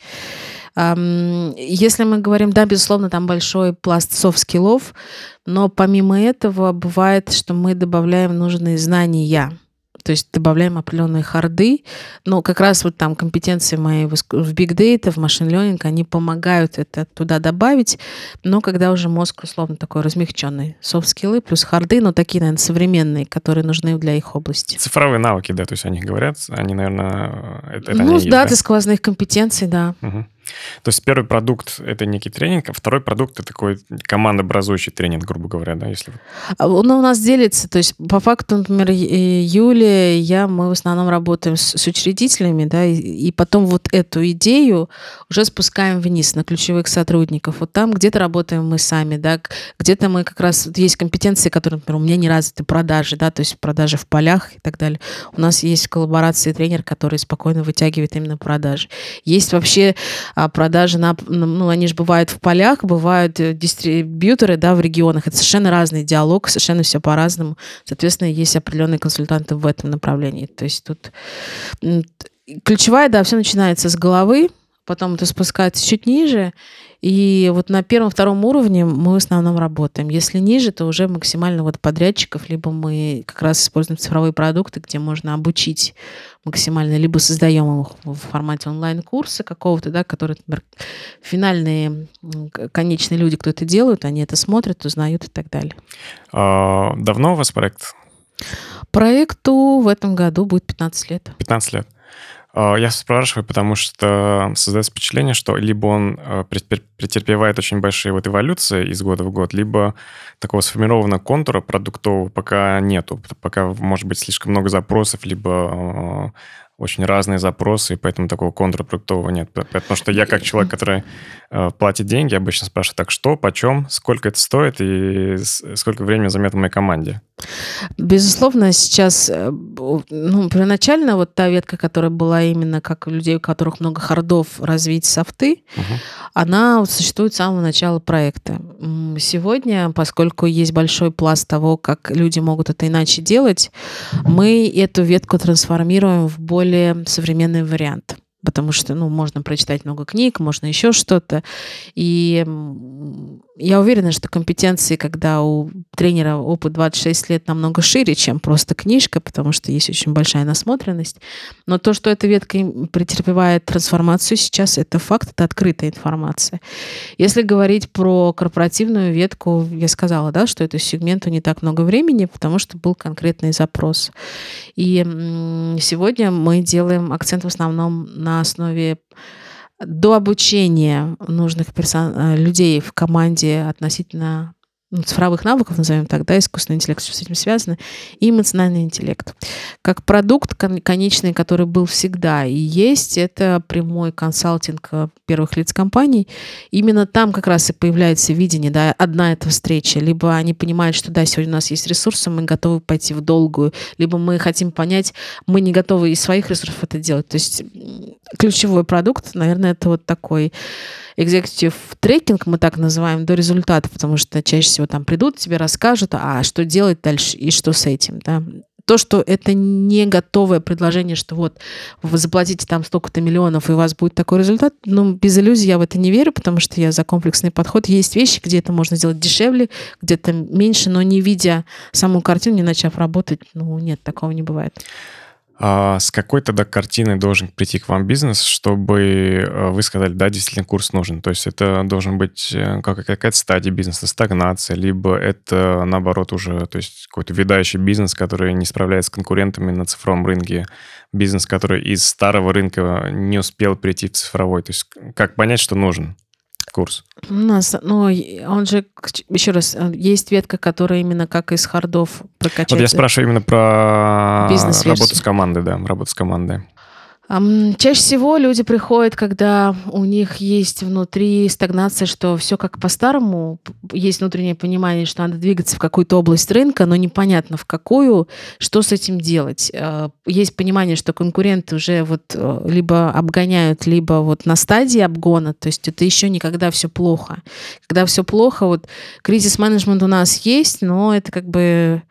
Ам, Если мы говорим, да, безусловно, там большой пласт софт-скиллов, но помимо этого бывает, что мы добавляем нужные знания. То есть добавляем определенные харды, но как раз вот там компетенции мои в иску- в big data, в machine learning, они помогают это туда добавить, но когда уже мозг условно такой размягченный. Софт-скиллы плюс харды, но такие, наверное, современные, которые нужны для их области. Цифровые навыки, да, то есть о них говорят, они, наверное, это, это Ну, они и есть, да, да? для сквозных компетенций, да. Мгм. То есть первый продукт — это некий тренинг, а второй продукт — это такой командообразующий тренинг, грубо говоря, да, если... вот- А, Он у нас делится, то есть по факту, например, Ю- Юлия, я, мы в основном работаем с, с учредителями, да, и, и потом вот эту идею уже спускаем вниз на ключевых сотрудников. Вот там где-то работаем мы сами, да, к- где-то мы как раз, вот есть компетенции, которые, например, у меня не развиты продажи, да, то есть продажи в полях и так далее. У нас есть в коллаборации тренер, который спокойно вытягивает именно продажи. Есть вообще а, продажи, на, ну, они же бывают в полях, бывают э, дистрибьюторы, да, в регионах. Это совершенно разный диалог, совершенно все по-разному. Соответственно, есть определенные консультанты в этом направлении. То есть тут м, т- ключевая, да, все начинается с головы, потом это спускается чуть ниже, и вот на первом-втором уровне мы в основном работаем. Если ниже, то уже максимально вот подрядчиков, либо мы как раз используем цифровые продукты, где можно обучить максимально, либо создаем их в формате онлайн-курса какого-то, да, который, например, финальные, конечные люди, кто это делают, они это смотрят, узнают и так далее. А, давно у вас проект? Проекту в этом году будет пятнадцать лет. пятнадцать лет. Я спрашиваю, потому что создается впечатление, что либо он претерпевает очень большие вот эволюции из года в год, либо такого сформированного контура продуктового пока нету, пока может быть слишком много запросов, либо очень разные запросы, и поэтому такого контура продуктового нет. Потому что я как человек, который платит деньги, обычно спрашиваю, так что, почем, сколько это стоит и сколько времени займет в моей команде. Безусловно, сейчас, ну, первоначально вот та ветка, которая была именно как у людей, у которых много хардов, развить софты, угу. она существует с самого начала проекта. Сегодня, поскольку есть большой пласт того, как люди могут это иначе делать, мы эту ветку трансформируем в более современный вариант. Потому что, ну, можно прочитать много книг, можно еще что-то. И я уверена, что компетенции, когда у тренера опыт двадцать шесть лет, намного шире, чем просто книжка, потому что есть очень большая насмотренность. Но то, что эта ветка претерпевает трансформацию сейчас, это факт, это открытая информация. Если говорить про корпоративную ветку, я сказала, да, что этому сегменту не так много времени, потому что был конкретный запрос. И сегодня мы делаем акцент в основном на на основе дообучения нужных персон... людей в команде относительно ну, цифровых навыков, назовем так, да, искусственный интеллект, что с этим связано, и эмоциональный интеллект. Как продукт конечный, который был всегда и есть, это прямой консалтинг первых лиц компаний. Именно там как раз и появляется видение, да, одна эта встреча. Либо они понимают, что да, сегодня у нас есть ресурсы, мы готовы пойти в долгую, либо мы хотим понять, мы не готовы из своих ресурсов это делать. То есть ключевой продукт, наверное, это вот такой executive трекинг, мы так называем, до результата, потому что чаще всего там придут, тебе расскажут, а что делать дальше и что с этим, да. То, что это не готовое предложение, что вот вы заплатите там столько-то миллионов, и у вас будет такой результат, ну, без иллюзий я в это не верю, потому что я за комплексный подход. Есть вещи, где это можно сделать дешевле, где-то меньше, но не видя саму картину, не начав работать, ну, нет, такого не бывает. А с какой тогда картиной должен прийти к вам бизнес, чтобы вы сказали, да, действительно курс нужен? То есть это должен быть какая-то стадия бизнеса, стагнация, либо это, наоборот, уже то есть какой-то видающий бизнес, который не справляется с конкурентами на цифровом рынке, бизнес, который из старого рынка не успел перейти в цифровой. То есть как понять, что нужен курс? У нас, ну, он же, еще раз, есть ветка, которая именно как из хардов прокачать. Вот я спрашиваю именно про работу с командой, да, работу с командой. Чаще всего люди приходят, когда у них есть внутри стагнация, что все как по-старому, есть внутреннее понимание, что надо двигаться в какую-то область рынка, но непонятно в какую, что с этим делать. Есть понимание, что конкуренты уже вот либо обгоняют, либо вот на стадии обгона, то есть это еще никогда все плохо. Когда все плохо, вот кризис-менеджмент у нас есть, но это как бы...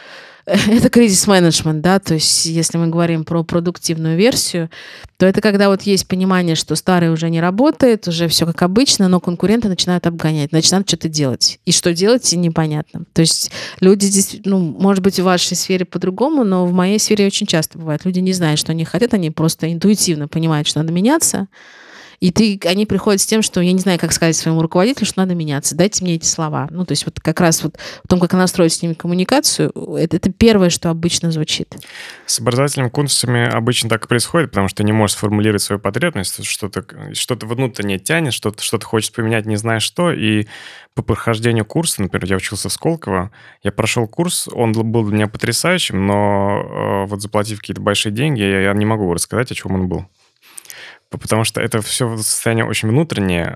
Это кризис-менеджмент, да, то есть если мы говорим про продуктивную версию, то это когда вот есть понимание, что старый уже не работает, уже все как обычно, но конкуренты начинают обгонять, начинают что-то делать. И что делать, непонятно. То есть люди здесь, ну, может быть, в вашей сфере по-другому, но в моей сфере очень часто бывает. Люди не знают, что они хотят, они просто интуитивно понимают, что надо меняться. И ты, они приходят с тем, что я не знаю, как сказать своему руководителю, что надо меняться. Дайте мне эти слова. Ну, то есть вот как раз вот в том, как настроить с ними коммуникацию, это, это первое, что обычно звучит. С образовательными курсами обычно так и происходит, потому что ты не можешь сформулировать свою потребность, что-то, что-то внутреннее тянет, что-то, что-то хочешь поменять, не знаешь что. И по прохождению курса, например, я учился в Сколково, я прошел курс, он был для меня потрясающим, но вот заплатив какие-то большие деньги, я не могу рассказать, о чем он был. Потому что это все состояние очень внутреннее.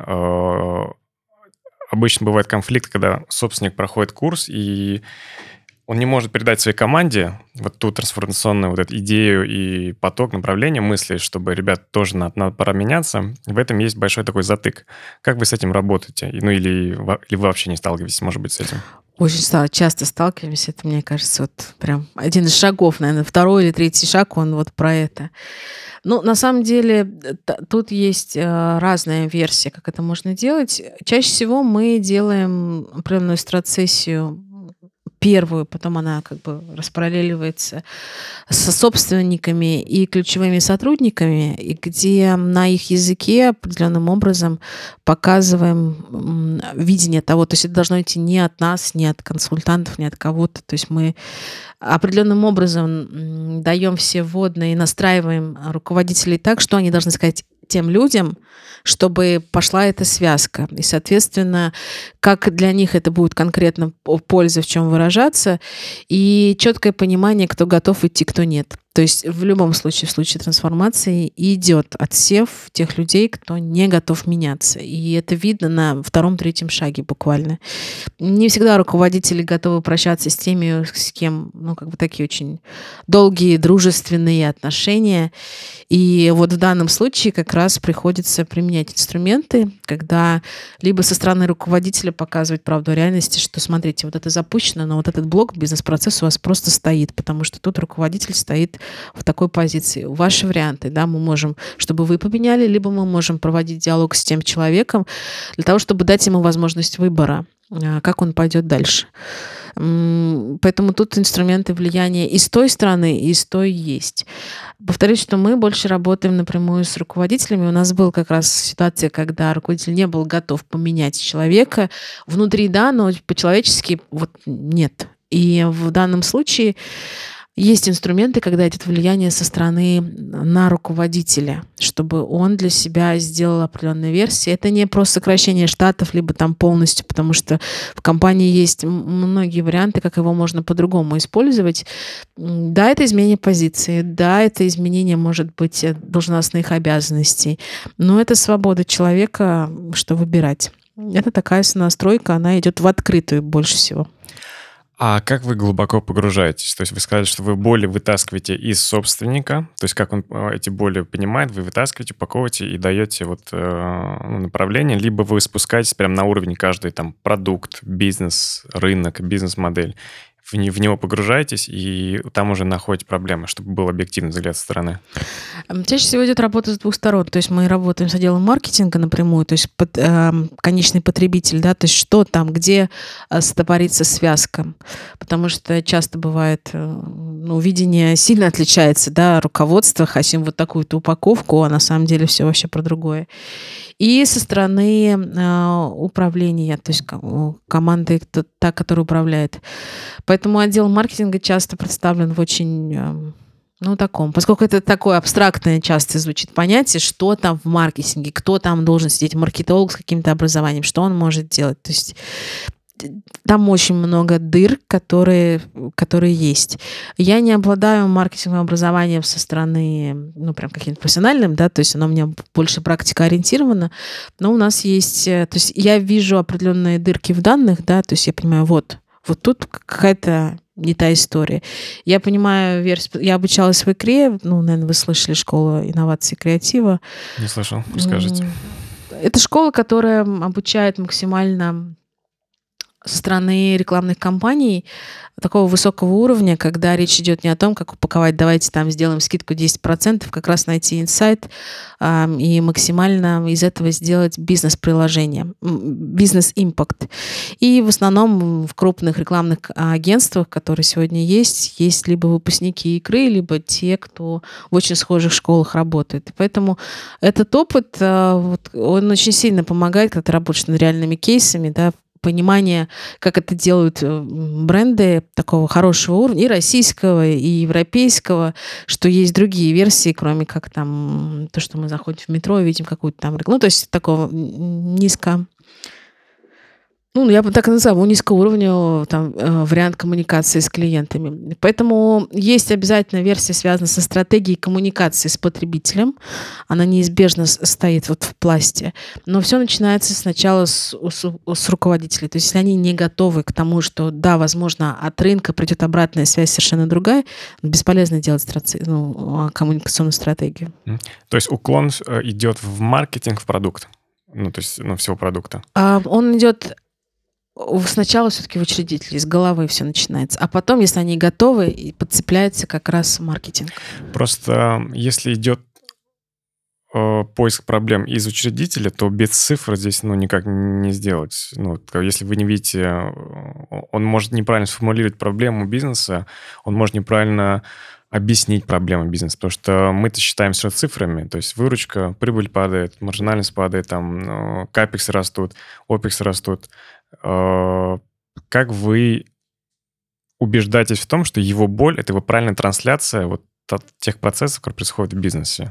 Обычно бывает конфликт, когда собственник проходит курс, и он не может передать своей команде вот ту трансформационную вот эту идею и поток направления мысли, чтобы, ребят, тоже надо, надо пора меняться. В этом есть большой такой затык. Как вы с этим работаете? Ну или, или вы вообще не сталкиваетесь, может быть, с этим? Очень часто сталкиваемся. Это, мне кажется, вот прям один из шагов, наверное, второй или третий шаг, он вот про это. Ну, на самом деле, тут есть разная версия, как это можно делать. Чаще всего мы делаем определенную страцессию первую, потом она как бы распараллеливается со собственниками и ключевыми сотрудниками, и где на их языке определенным образом показываем видение того. То есть это должно идти не от нас, не от консультантов, не от кого-то. То есть мы определенным образом даем все вводные и настраиваем руководителей так, что они должны сказать тем людям, чтобы пошла эта связка. И, соответственно, как для них это будет конкретно польза, в чем выражаться, и четкое понимание, кто готов идти, кто нет. То есть в любом случае, в случае трансформации идет отсев тех людей, кто не готов меняться. И это видно на втором-третьем шаге буквально. Не всегда руководители готовы прощаться с теми, с кем, ну, как бы такие очень долгие дружественные отношения. И вот в данном случае как раз приходится применять инструменты, когда либо со стороны руководителя показывать правду о реальности, что, смотрите, вот это запущено, но вот этот блок, бизнес-процесс у вас просто стоит, потому что тут руководитель стоит в такой позиции. Ваши варианты, да, мы можем, чтобы вы поменяли, либо мы можем проводить диалог с тем человеком для того, чтобы дать ему возможность выбора, как он пойдет дальше. Поэтому тут инструменты влияния и с той стороны, и с той есть. Повторюсь, что мы больше работаем напрямую с руководителями. У нас была как раз ситуация, когда руководитель не был готов поменять человека. Внутри, да, но по-человечески вот нет. И в данном случае есть инструменты, когда идет влияние со стороны на руководителя, чтобы он для себя сделал определенные версии. Это не просто сокращение штатов, либо там полностью, потому что в компании есть многие варианты, как его можно по-другому использовать. Да, это изменение позиции, да, это изменение, может быть, должностных обязанностей, но это свобода человека, что выбирать. Это такая сонастройка, она идет в открытую больше всего. А как вы глубоко погружаетесь? То есть вы сказали, что вы боли вытаскиваете из собственника, то есть как он эти боли понимает, вы вытаскиваете, упаковываете и даете вот, ну, направление, либо вы спускаетесь прямо на уровень каждый там продукт, бизнес, рынок, бизнес-модель, в, не, в него погружаетесь и там уже находите проблемы, чтобы был объективный взгляд со стороны. Чаще всего идет работа с двух сторон. То есть мы работаем с отделом маркетинга напрямую, то есть под, э, конечный потребитель, да, то есть что там, где стопорится связка. Потому что часто бывает, ну, видение сильно отличается, да, руководство, хотим вот такую-то упаковку, а на самом деле все вообще про другое. И со стороны э, управления, то есть команды, кто, та, которая управляет. Поэтому отдел маркетинга часто представлен в очень, э, ну, таком, поскольку это такое абстрактное часто звучит понятие, что там в маркетинге, кто там должен сидеть, маркетолог с каким-то образованием, что он может делать. То есть там очень много дыр, которые, которые есть. Я не обладаю маркетинговым образованием со стороны, ну, прям каким-то профессиональным, да, то есть оно у меня больше практикоориентировано, но у нас есть, то есть я вижу определенные дырки в данных, да, то есть я понимаю, вот, вот тут какая-то не та история. Я понимаю версию, я обучалась в икре, ну, наверное, вы слышали, школа инноваций и креатива. Не слышал, расскажите. Это школа, которая обучает максимально со стороны рекламных кампаний такого высокого уровня, когда речь идет не о том, как упаковать, давайте там сделаем скидку десять процентов, как раз найти инсайт э, и максимально из этого сделать бизнес-приложение, бизнес-импакт. И в основном в крупных рекламных агентствах, которые сегодня есть, есть либо выпускники икры, либо те, кто в очень схожих школах работает. И поэтому этот опыт, э, вот, он очень сильно помогает, когда ты работаешь над реальными кейсами, да, понимание, как это делают бренды такого хорошего уровня, и российского, и европейского, что есть другие версии, кроме как там то, что мы заходим в метро и видим какую-то там рекламу. Ну, то есть такого низко... Ну, я бы так и назову, низкого уровня там, вариант коммуникации с клиентами. Поэтому есть обязательно версия, связанная со стратегией коммуникации с потребителем. Она неизбежно стоит вот в пласте. Но все начинается сначала с, с, с руководителей. То есть если они не готовы к тому, что, да, возможно, от рынка придет обратная связь совершенно другая, бесполезно делать страци... ну, коммуникационную стратегию. То есть уклон идет в маркетинг, в продукт? Ну, то есть, ну, всего продукта? А, он идет... Сначала все-таки в учредителей, с головы все начинается. А потом, если они готовы, подцепляется как раз маркетинг. Просто если идет э, поиск проблем из учредителя, то без цифр здесь ну, никак не сделать. Ну, если вы не видите, он может неправильно сформулировать проблему бизнеса, он может неправильно объяснить проблему бизнеса, потому что мы-то считаем все цифрами, то есть выручка, прибыль падает, маржинальность падает, там, капексы растут, опексы растут. Как вы убеждаетесь в том, что его боль — это его правильная трансляция вот от тех процессов, которые происходят в бизнесе?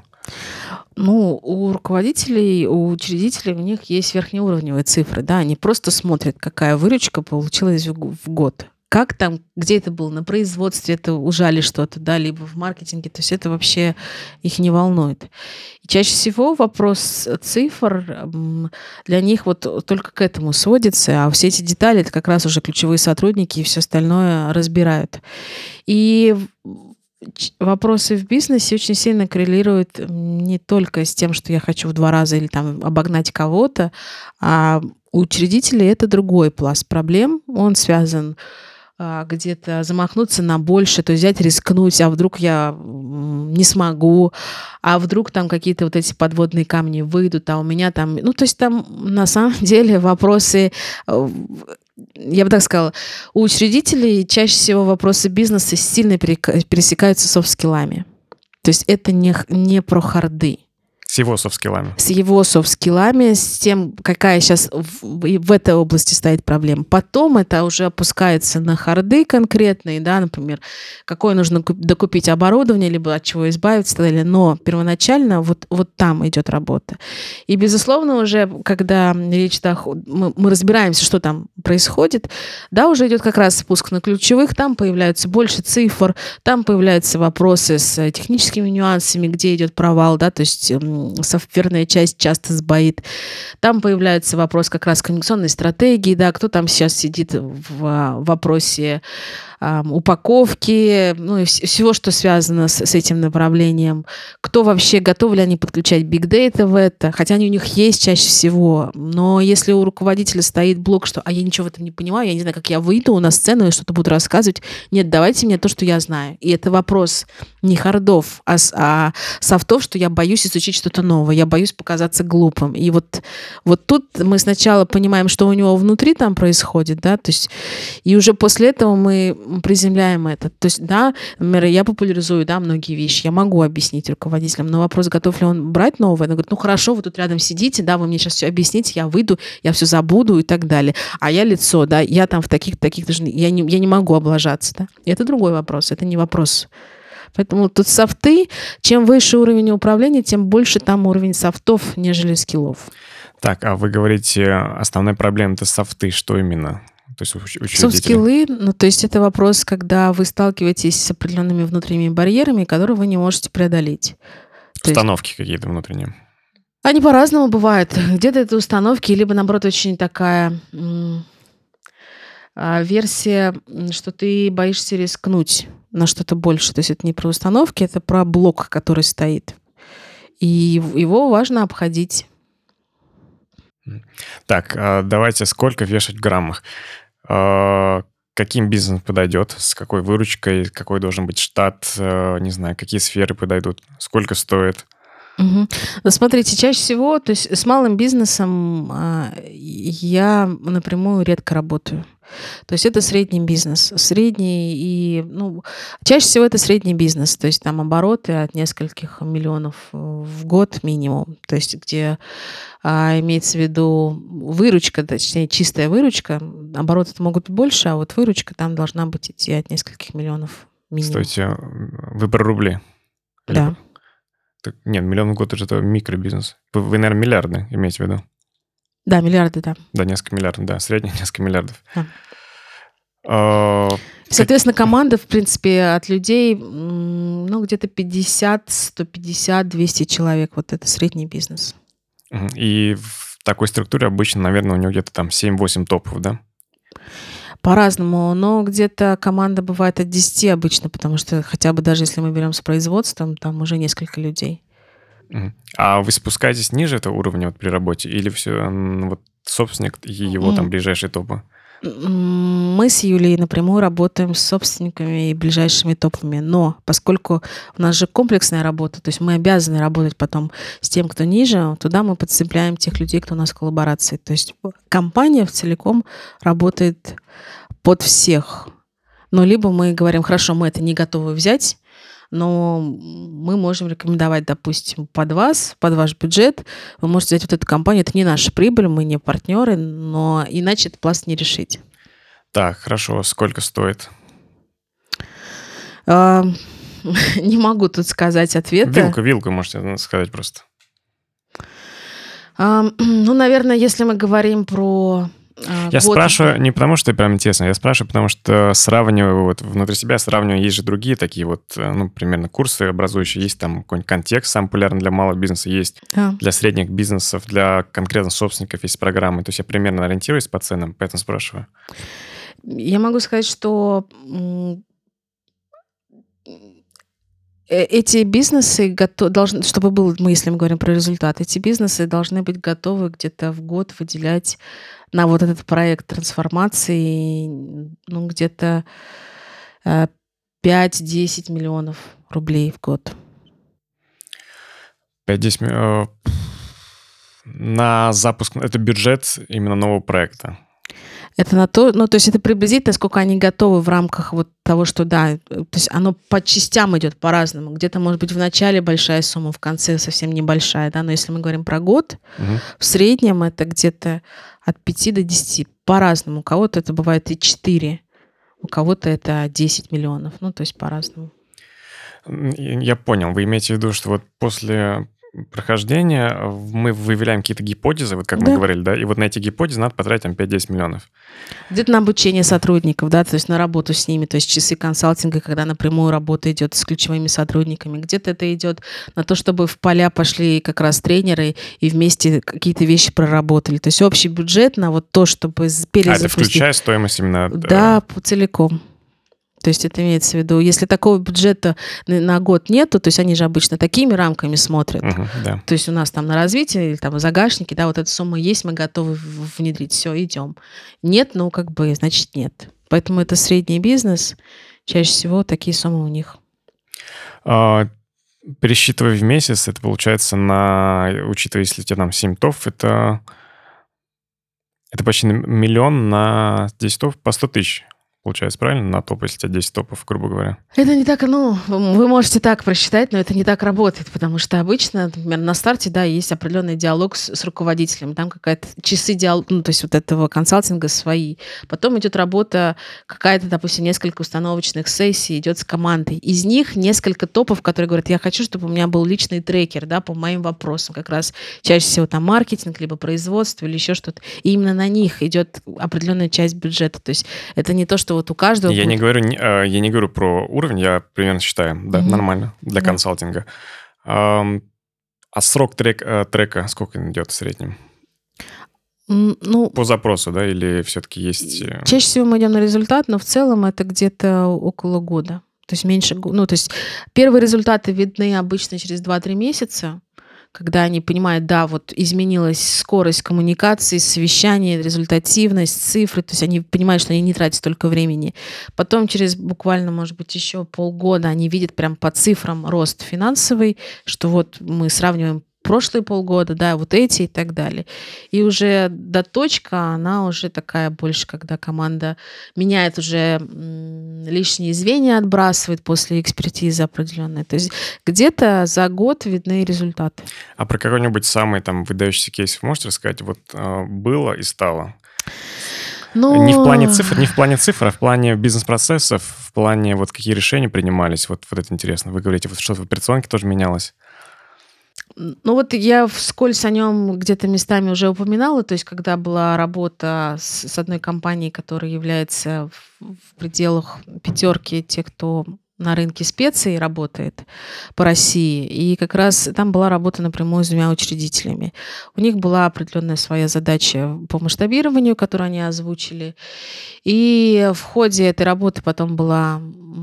Ну, у руководителей, у учредителей у них есть верхнеуровневые цифры, да, они просто смотрят, какая выручка получилась в год. Как там, где это было, на производстве это ужали что-то, да, либо в маркетинге, то есть это вообще их не волнует. И чаще всего вопрос цифр для них вот только к этому сводится, а все эти детали — это как раз уже ключевые сотрудники и все остальное разбирают. И вопросы в бизнесе очень сильно коррелируют не только с тем, что я хочу в два раза или там обогнать кого-то, а у учредителей это другой пласт проблем, он связан где-то замахнуться на больше, то есть взять, рискнуть, а вдруг я не смогу, а вдруг там какие-то вот эти подводные камни выйдут, а у меня там... Ну, то есть там на самом деле вопросы... Я бы так сказала, у учредителей чаще всего вопросы бизнеса сильно пересекаются с софт-скиллами. То есть это не, не про харды. С его софт-скиллами. С его софт-скиллами, с тем, какая сейчас в, в этой области стоит проблема. Потом это уже опускается на харды конкретные, да, например, какое нужно докупить оборудование, либо от чего избавиться и так далее. Но первоначально вот, вот там идет работа. И, безусловно, уже, когда речь доходит, мы, мы разбираемся, что там происходит, да, уже идет как раз спуск на ключевых, там появляются больше цифр, там появляются вопросы с техническими нюансами, где идет провал, да, то есть софтверная часть часто сбоит. Там появляется вопрос как раз коммуникационной стратегии, да, кто там сейчас сидит в вопросе э, упаковки, ну и вс- всего, что связано с, с этим направлением. Кто вообще, готовы ли они подключать big data в это, хотя они у них есть чаще всего, но если у руководителя стоит блок, что «а я ничего в этом не понимаю, я не знаю, как я выйду на сцену и что-то буду рассказывать», нет, давайте мне то, что я знаю. И это вопрос не хардов, а, а софтов, что я боюсь изучить что-то новое, я боюсь показаться глупым. И вот, вот тут мы сначала понимаем, что у него внутри там происходит, да, то есть, и уже после этого мы приземляем это. То есть, да, например, я популяризую, да, многие вещи, я могу объяснить руководителям, но вопрос, готов ли он брать новое, он говорит, ну хорошо, вы тут рядом сидите, да, вы мне сейчас все объясните, я выйду, я все забуду и так далее. А я лицо, да, я там в таких-то, таких-то, я не, я не могу облажаться, да. И это другой вопрос, это не вопрос. Поэтому тут софты, чем выше уровень управления, тем больше там уровень софтов, нежели скиллов. Так, а вы говорите, основная проблема — это софты, что именно? То есть софт-скиллы, ну, то есть это вопрос, когда вы сталкиваетесь с определенными внутренними барьерами, которые вы не можете преодолеть. Установки есть... какие-то внутренние? Они по-разному бывают. Где-то это установки, либо, наоборот, очень такая м- версия, что ты боишься рискнуть на что-то больше. То есть это не про установки, это про блок, который стоит. И его важно обходить. Так, давайте, сколько вешать в граммах? Каким бизнесом подойдет? С какой выручкой? Какой должен быть штат? Не знаю, какие сферы подойдут? Сколько стоит? Угу. Ну, смотрите, чаще всего, то есть с малым бизнесом я напрямую редко работаю. То есть это средний бизнес. Средний и, ну, чаще всего это средний бизнес. То есть там обороты от нескольких миллионов в год минимум. То есть где а, имеется в виду выручка, точнее чистая выручка. Обороты могут быть больше, а вот выручка там должна быть идти от нескольких миллионов минимум. Стойте, вы про рубли? Да. Так, нет, миллион в год — это микробизнес. Вы, вы, наверное, миллиарды имеете в виду? Да, миллиарды, да. Да, несколько миллиардов, да. Средний несколько миллиардов. Да. А, Соответственно, команда, в принципе, от людей, ну, где-то пятьдесят, сто пятьдесят, двести человек. Вот это средний бизнес. И в такой структуре обычно, наверное, у него где-то там семь-восемь топов, да? По-разному, но где-то команда бывает от десяти обычно, потому что хотя бы даже если мы берем с производством, там уже несколько людей. А вы спускаетесь ниже этого уровня вот при работе или все, вот собственник и его mm. там ближайшие топы? Мы с Юлей напрямую работаем с собственниками и ближайшими топами. Но поскольку у нас же комплексная работа, то есть мы обязаны работать потом с тем, кто ниже, туда мы подцепляем тех людей, кто у нас в коллаборации. То есть компания целиком работает под всех. Но либо мы говорим, хорошо, мы это не готовы взять, но мы можем рекомендовать, допустим, под вас, под ваш бюджет, вы можете взять вот эту компанию, это не наша прибыль, мы не партнеры, но иначе этот пласт не решить. Так, хорошо. Сколько стоит? А, не могу тут сказать ответа. Вилку, вилку можете сказать просто. А, ну, наверное, если мы говорим про... Я год... спрашиваю не потому, что прям интересно, я спрашиваю, потому что сравниваю вот внутри себя, сравниваю, есть же другие такие вот, ну, примерно курсы образующие, есть там какой-нибудь контекст, самый популярный для малого бизнеса, есть А. для средних бизнесов, для конкретно собственников есть программы. То есть я примерно ориентируюсь по ценам, поэтому спрашиваю. Я могу сказать, что эти бизнесы готовы, должны, чтобы был, мы, если мы говорим про результат, эти бизнесы должны быть готовы где-то в год выделять на вот этот проект трансформации, ну, где-то пять-десять миллионов рублей в год. пять-десять миллионов на запуск, это бюджет именно нового проекта. Это на то, ну, то есть это приблизительно, сколько они готовы в рамках вот того, что, да, то есть оно по частям идет по-разному. Где-то, может быть, в начале большая сумма, в конце совсем небольшая, да, но если мы говорим про год, угу. в среднем это где-то от пяти до десяти, по-разному. У кого-то это бывает и четыре, у кого-то это десять миллионов, ну, то есть по-разному. Я понял, вы имеете в виду, что вот после прохождения мы выявляем какие-то гипотезы, вот как Да. мы говорили, да, и вот на эти гипотезы надо потратить там пять-десять миллионов. Где-то на обучение сотрудников, да, то есть на работу с ними, то есть часы консалтинга, когда напрямую работа идет с ключевыми сотрудниками. Где-то это идет на то, чтобы в поля пошли как раз тренеры и вместе какие-то вещи проработали. То есть общий бюджет на вот то, чтобы перезапустить. А это включая стоимость именно? Да, целиком. То есть это имеется в виду, если такого бюджета на год нету, то есть они же обычно такими рамками смотрят. Угу, да. То есть у нас там на развитие или там в загашнике, да, вот эта сумма есть, мы готовы внедрить, все, идем. Нет, ну как бы, значит, нет. Поэтому это средний бизнес, чаще всего такие суммы у них. А, пересчитывая в месяц, это получается на, учитывая, если у тебя там семь топ, это, это почти миллион на десять топ по сто тысяч. Получается, правильно? На топ, если у тебя десять топов, грубо говоря. Это не так, ну, вы можете так просчитать, но это не так работает, потому что обычно, например, на старте, да, есть определенный диалог с, с руководителем, там какая-то часы диалога, ну, то есть вот этого консалтинга свои. Потом идет работа, какая-то, допустим, несколько установочных сессий идет с командой. Из них несколько топов, которые говорят, я хочу, чтобы у меня был личный трекер, да, по моим вопросам, как раз чаще всего там маркетинг, либо производство, или еще что-то. И именно на них идет определенная часть бюджета. То есть это не то, что вот у каждого Я будет... не говорю, я не говорю про уровень, я примерно считаю, да, mm-hmm. нормально для да. консалтинга. А, а срок трек, трека сколько идет в среднем? Ну, по запросу, да, или все-таки есть... Чаще всего мы идем на результат, но в целом это где-то около года. То есть меньше... Ну, то есть первые результаты видны обычно через два-три месяца, когда они понимают, да, вот изменилась скорость коммуникации, совещания, результативность, цифры, то есть они понимают, что они не тратят столько времени. Потом через буквально, может быть, еще полгода они видят прям по цифрам рост финансовый, что вот мы сравниваем прошлые полгода, да, вот эти и так далее. И уже до точка, она уже такая больше, когда команда меняет уже м, лишние звенья, отбрасывает после экспертизы определенной. То есть где-то за год видны результаты. А про какой-нибудь самый там выдающийся кейс вы можете рассказать? Вот э, было и стало? Но... Не в плане цифр, не в плане цифр, а в плане бизнес-процессов, в плане вот какие решения принимались. Вот, вот это интересно. Вы говорите, вот что-то в операционке тоже менялось. Ну вот я вскользь о нем где-то местами уже упоминала, то есть когда была работа с, с одной компанией, которая является в, в пределах пятерки тех, кто на рынке специй работает по России, и как раз там была работа напрямую с двумя учредителями. У них была определенная своя задача по масштабированию, которую они озвучили, и в ходе этой работы потом была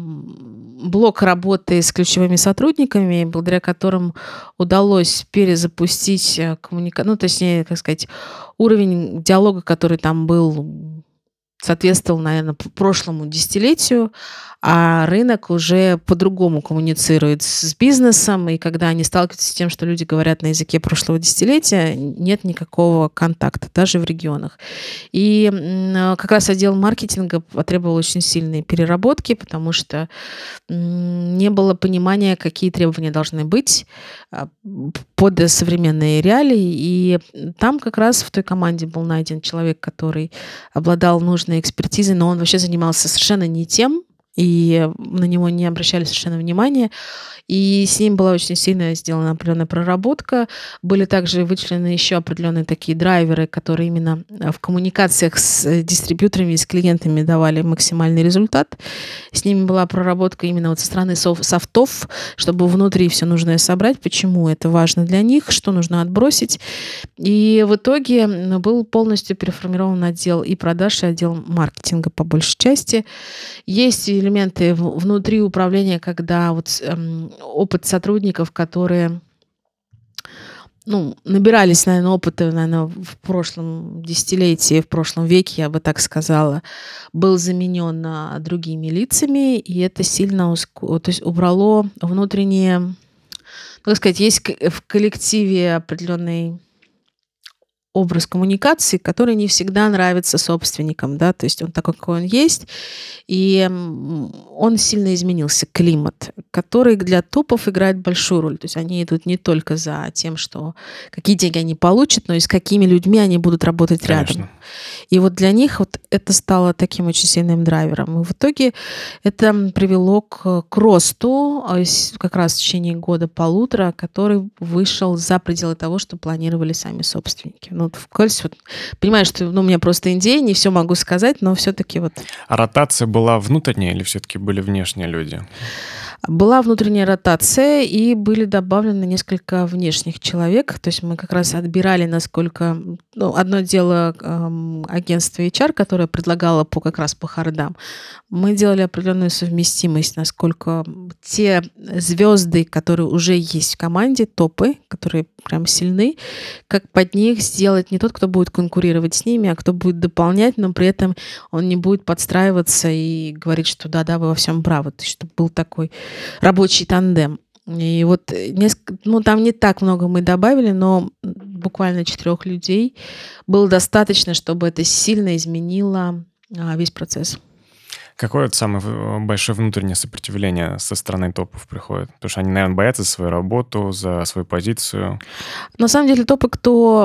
блок работы с ключевыми сотрудниками, благодаря которым удалось перезапустить коммуникацию, ну, точнее, как сказать, уровень диалога, который там был соответствовал, наверное, прошлому десятилетию, а рынок уже по-другому коммуницирует с бизнесом, и когда они сталкиваются с тем, что люди говорят на языке прошлого десятилетия, нет никакого контакта, даже в регионах. И как раз отдел маркетинга потребовал очень сильной переработки, потому что не было понимания, какие требования должны быть под современные реалии. И там как раз в той команде был найден человек, который обладал нужной экспертизой, но он вообще занимался совершенно не тем, и на него не обращали совершенно внимания. И с ним была очень сильно сделана определенная проработка. Были также вычленены еще определенные такие драйверы, которые именно в коммуникациях с дистрибьюторами и с клиентами давали максимальный результат. С ними была проработка именно вот со стороны софтов, чтобы внутри все нужное собрать, почему это важно для них, что нужно отбросить. И в итоге был полностью переформирован отдел и продаж, и отдел маркетинга по большей части. Есть элементы внутри управления, когда вот эм, опыт сотрудников, которые ну, набирались, наверное, опыта, наверное, в прошлом десятилетии, в прошлом веке, я бы так сказала, был заменен другими лицами, и это сильно уск... то есть убрало внутреннее, так сказать, есть в коллективе определенный образ коммуникации, который не всегда нравится собственникам, да, то есть он такой, какой он есть, и он сильно изменился, климат, который для топов играет большую роль, то есть они идут не только за тем, что какие деньги они получат, но и с какими людьми они будут работать Конечно. Рядом. И вот для них вот это стало таким очень сильным драйвером. И в итоге это привело к, к росту как раз в течение года-полутора, который вышел за пределы того, что планировали сами собственники. Ну, в кольце, вот, понимаю, что ну, у меня просто идея, не все могу сказать, но все-таки вот... А ротация была внутренняя или все-таки были внешние люди? Была внутренняя ротация, и были добавлены несколько внешних человек. То есть мы как раз отбирали, насколько... Ну, одно дело эм, агентство эйч ар, которое предлагало по, как раз по хардам. Мы делали определенную совместимость, насколько те звезды, которые уже есть в команде, топы, которые прям сильны, как под них сделать не тот, кто будет конкурировать с ними, а кто будет дополнять, но при этом он не будет подстраиваться и говорить, что да-да, вы во всем правы. То есть чтобы был такой рабочий тандем. И вот несколько, ну, там не так много мы добавили, но буквально четырех людей было достаточно, чтобы это сильно изменило а, весь процесс. Какое вот самое большое внутреннее сопротивление со стороны топов приходит? Потому что они, наверное, боятся за свою работу, за свою позицию. На самом деле топы, кто,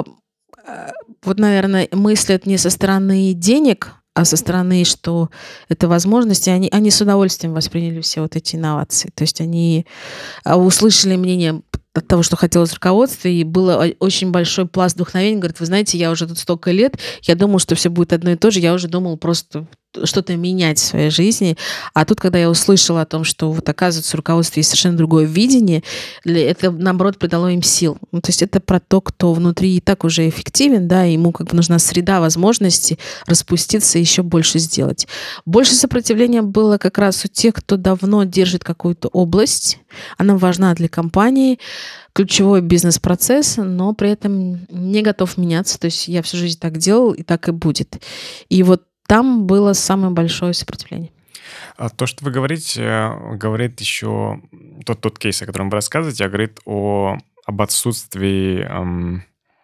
вот, наверное, мыслят не со стороны денег, а со стороны, что это возможности, они, они с удовольствием восприняли все вот эти инновации. То есть они услышали мнение от того, что хотелось руководство, и было очень большой пласт вдохновения. Говорит, вы знаете, я уже тут столько лет, я думал, что все будет одно и то же, я уже думал просто что-то менять в своей жизни. А тут, когда я услышала о том, что вот оказывается в руководстве есть совершенно другое видение, это, наоборот, придало им сил. Ну, то есть это про то, кто внутри и так уже эффективен, да, ему как бы нужна среда возможностей распуститься и еще больше сделать. Больше сопротивления было как раз у тех, кто давно держит какую-то область, она важна для компании, ключевой бизнес-процесс, но при этом не готов меняться. То есть я всю жизнь так делал, и так и будет. И вот там было самое большое сопротивление. А то, что вы говорите, говорит еще тот, тот кейс, о котором вы рассказываете, говорит о, об отсутствии, эм,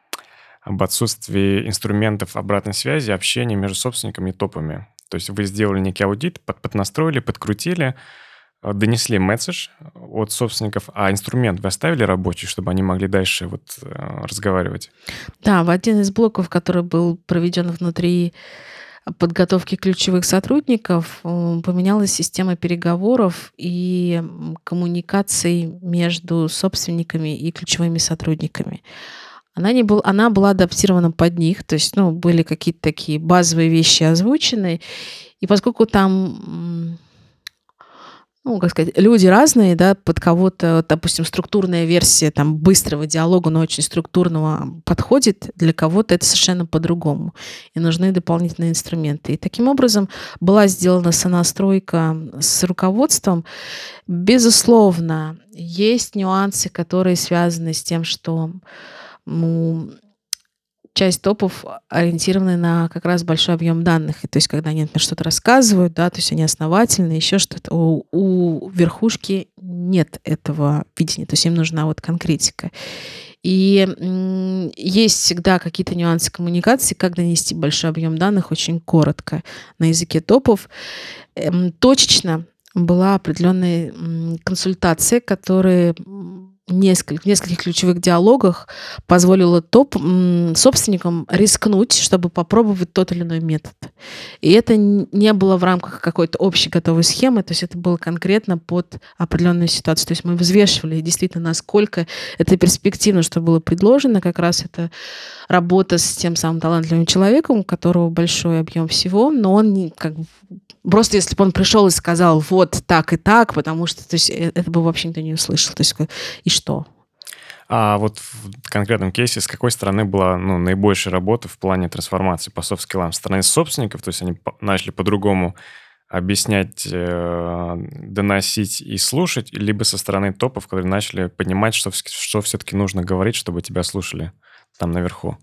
об отсутствии инструментов обратной связи, общения между собственниками и топами. То есть вы сделали некий аудит, под, поднастроили, подкрутили, донесли месседж от собственников, а инструмент вы оставили рабочий, чтобы они могли дальше вот разговаривать? Да, в один из блоков, который был проведен внутри подготовки ключевых сотрудников, поменялась система переговоров и коммуникаций между собственниками и ключевыми сотрудниками. Она, не был, она была адаптирована под них, то есть ну, были какие-то такие базовые вещи озвучены, и поскольку там... ну, как сказать, люди разные, да, под кого-то, допустим, структурная версия там быстрого диалога, но очень структурного подходит, для кого-то это совершенно по-другому. И нужны дополнительные инструменты. И таким образом была сделана сонастройка с руководством. Безусловно, есть нюансы, которые связаны с тем, что ну, часть топов ориентированы на как раз большой объем данных. И, то есть, когда они, например, что-то рассказывают, да, то есть они основательны, еще что-то. У, у верхушки нет этого видения, то есть им нужна вот конкретика. И м, есть всегда какие-то нюансы коммуникации, как донести большой объем данных очень коротко на языке топов. Эм, точечно была определенная м, консультация, которая м, несколько, в нескольких ключевых диалогах позволила топ м, собственникам рискнуть, чтобы попробовать тот или иной метод. И это н- не было в рамках какой-то общей готовой схемы, то есть это было конкретно под определенную ситуацию. То есть мы взвешивали действительно, насколько это перспективно, что было предложено. Как раз это работа с тем самым талантливым человеком, у которого большой объем всего, но он не, как бы, просто если бы он пришел и сказал вот так и так, потому что то есть, э, это бы вообще никто не услышал. То есть, ка- и что? А вот в конкретном кейсе с какой стороны была ну, наибольшая работа в плане трансформации по софт-скиллам? С стороны собственников, то есть они по- начали по-другому объяснять, э, доносить и слушать, либо со стороны топов, которые начали понимать, что, вс- что все-таки нужно говорить, чтобы тебя слушали там наверху?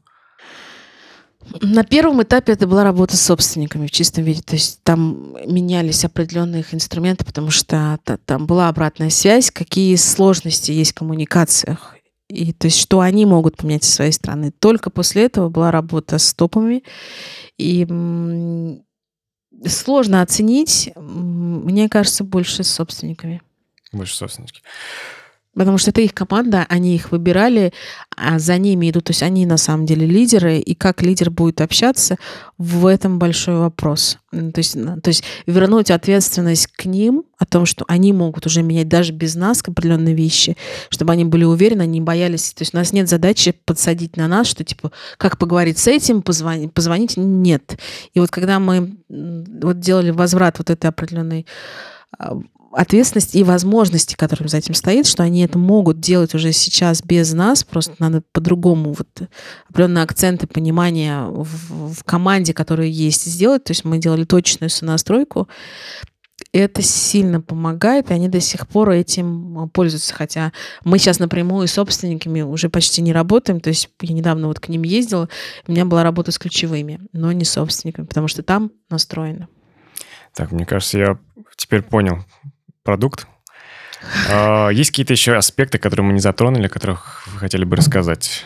На первом этапе это была работа с собственниками в чистом виде. То есть там менялись определенные их инструменты, потому что та- там была обратная связь, какие сложности есть в коммуникациях. И то есть, что они могут поменять со своей стороны. Только после этого была работа с топами. И м, сложно оценить, м, мне кажется, больше с собственниками. Больше собственники. Потому что это их команда, они их выбирали, а за ними идут. То есть они на самом деле лидеры, и как лидер будет общаться, в этом большой вопрос. М, То есть, на- то есть вернуть ответственность к ним о том, что они могут уже менять даже без нас определенные вещи, чтобы они были уверены, не боялись. То есть у нас нет задачи подсадить на нас, что типа, как поговорить с этим, позвонить, позвонить. Нет. И вот когда мы м, вот делали возврат вот этой определенной а, ответственности и возможности, которым за этим стоит, что они это могут делать уже сейчас без нас, просто надо по-другому вот определенные акценты, понимания в, в команде, которые есть, сделать. То есть мы делали точную сонастройку. Это сильно помогает, и они до сих пор этим а, пользуются. Хотя мы сейчас напрямую с собственниками уже почти не работаем. То есть я недавно вот к ним ездила, у меня была работа с ключевыми, но не с собственниками, потому что там настроено. Так, мне кажется, я теперь понял продукт. А, есть какие-то еще аспекты, которые мы не затронули, о которых вы хотели бы рассказать?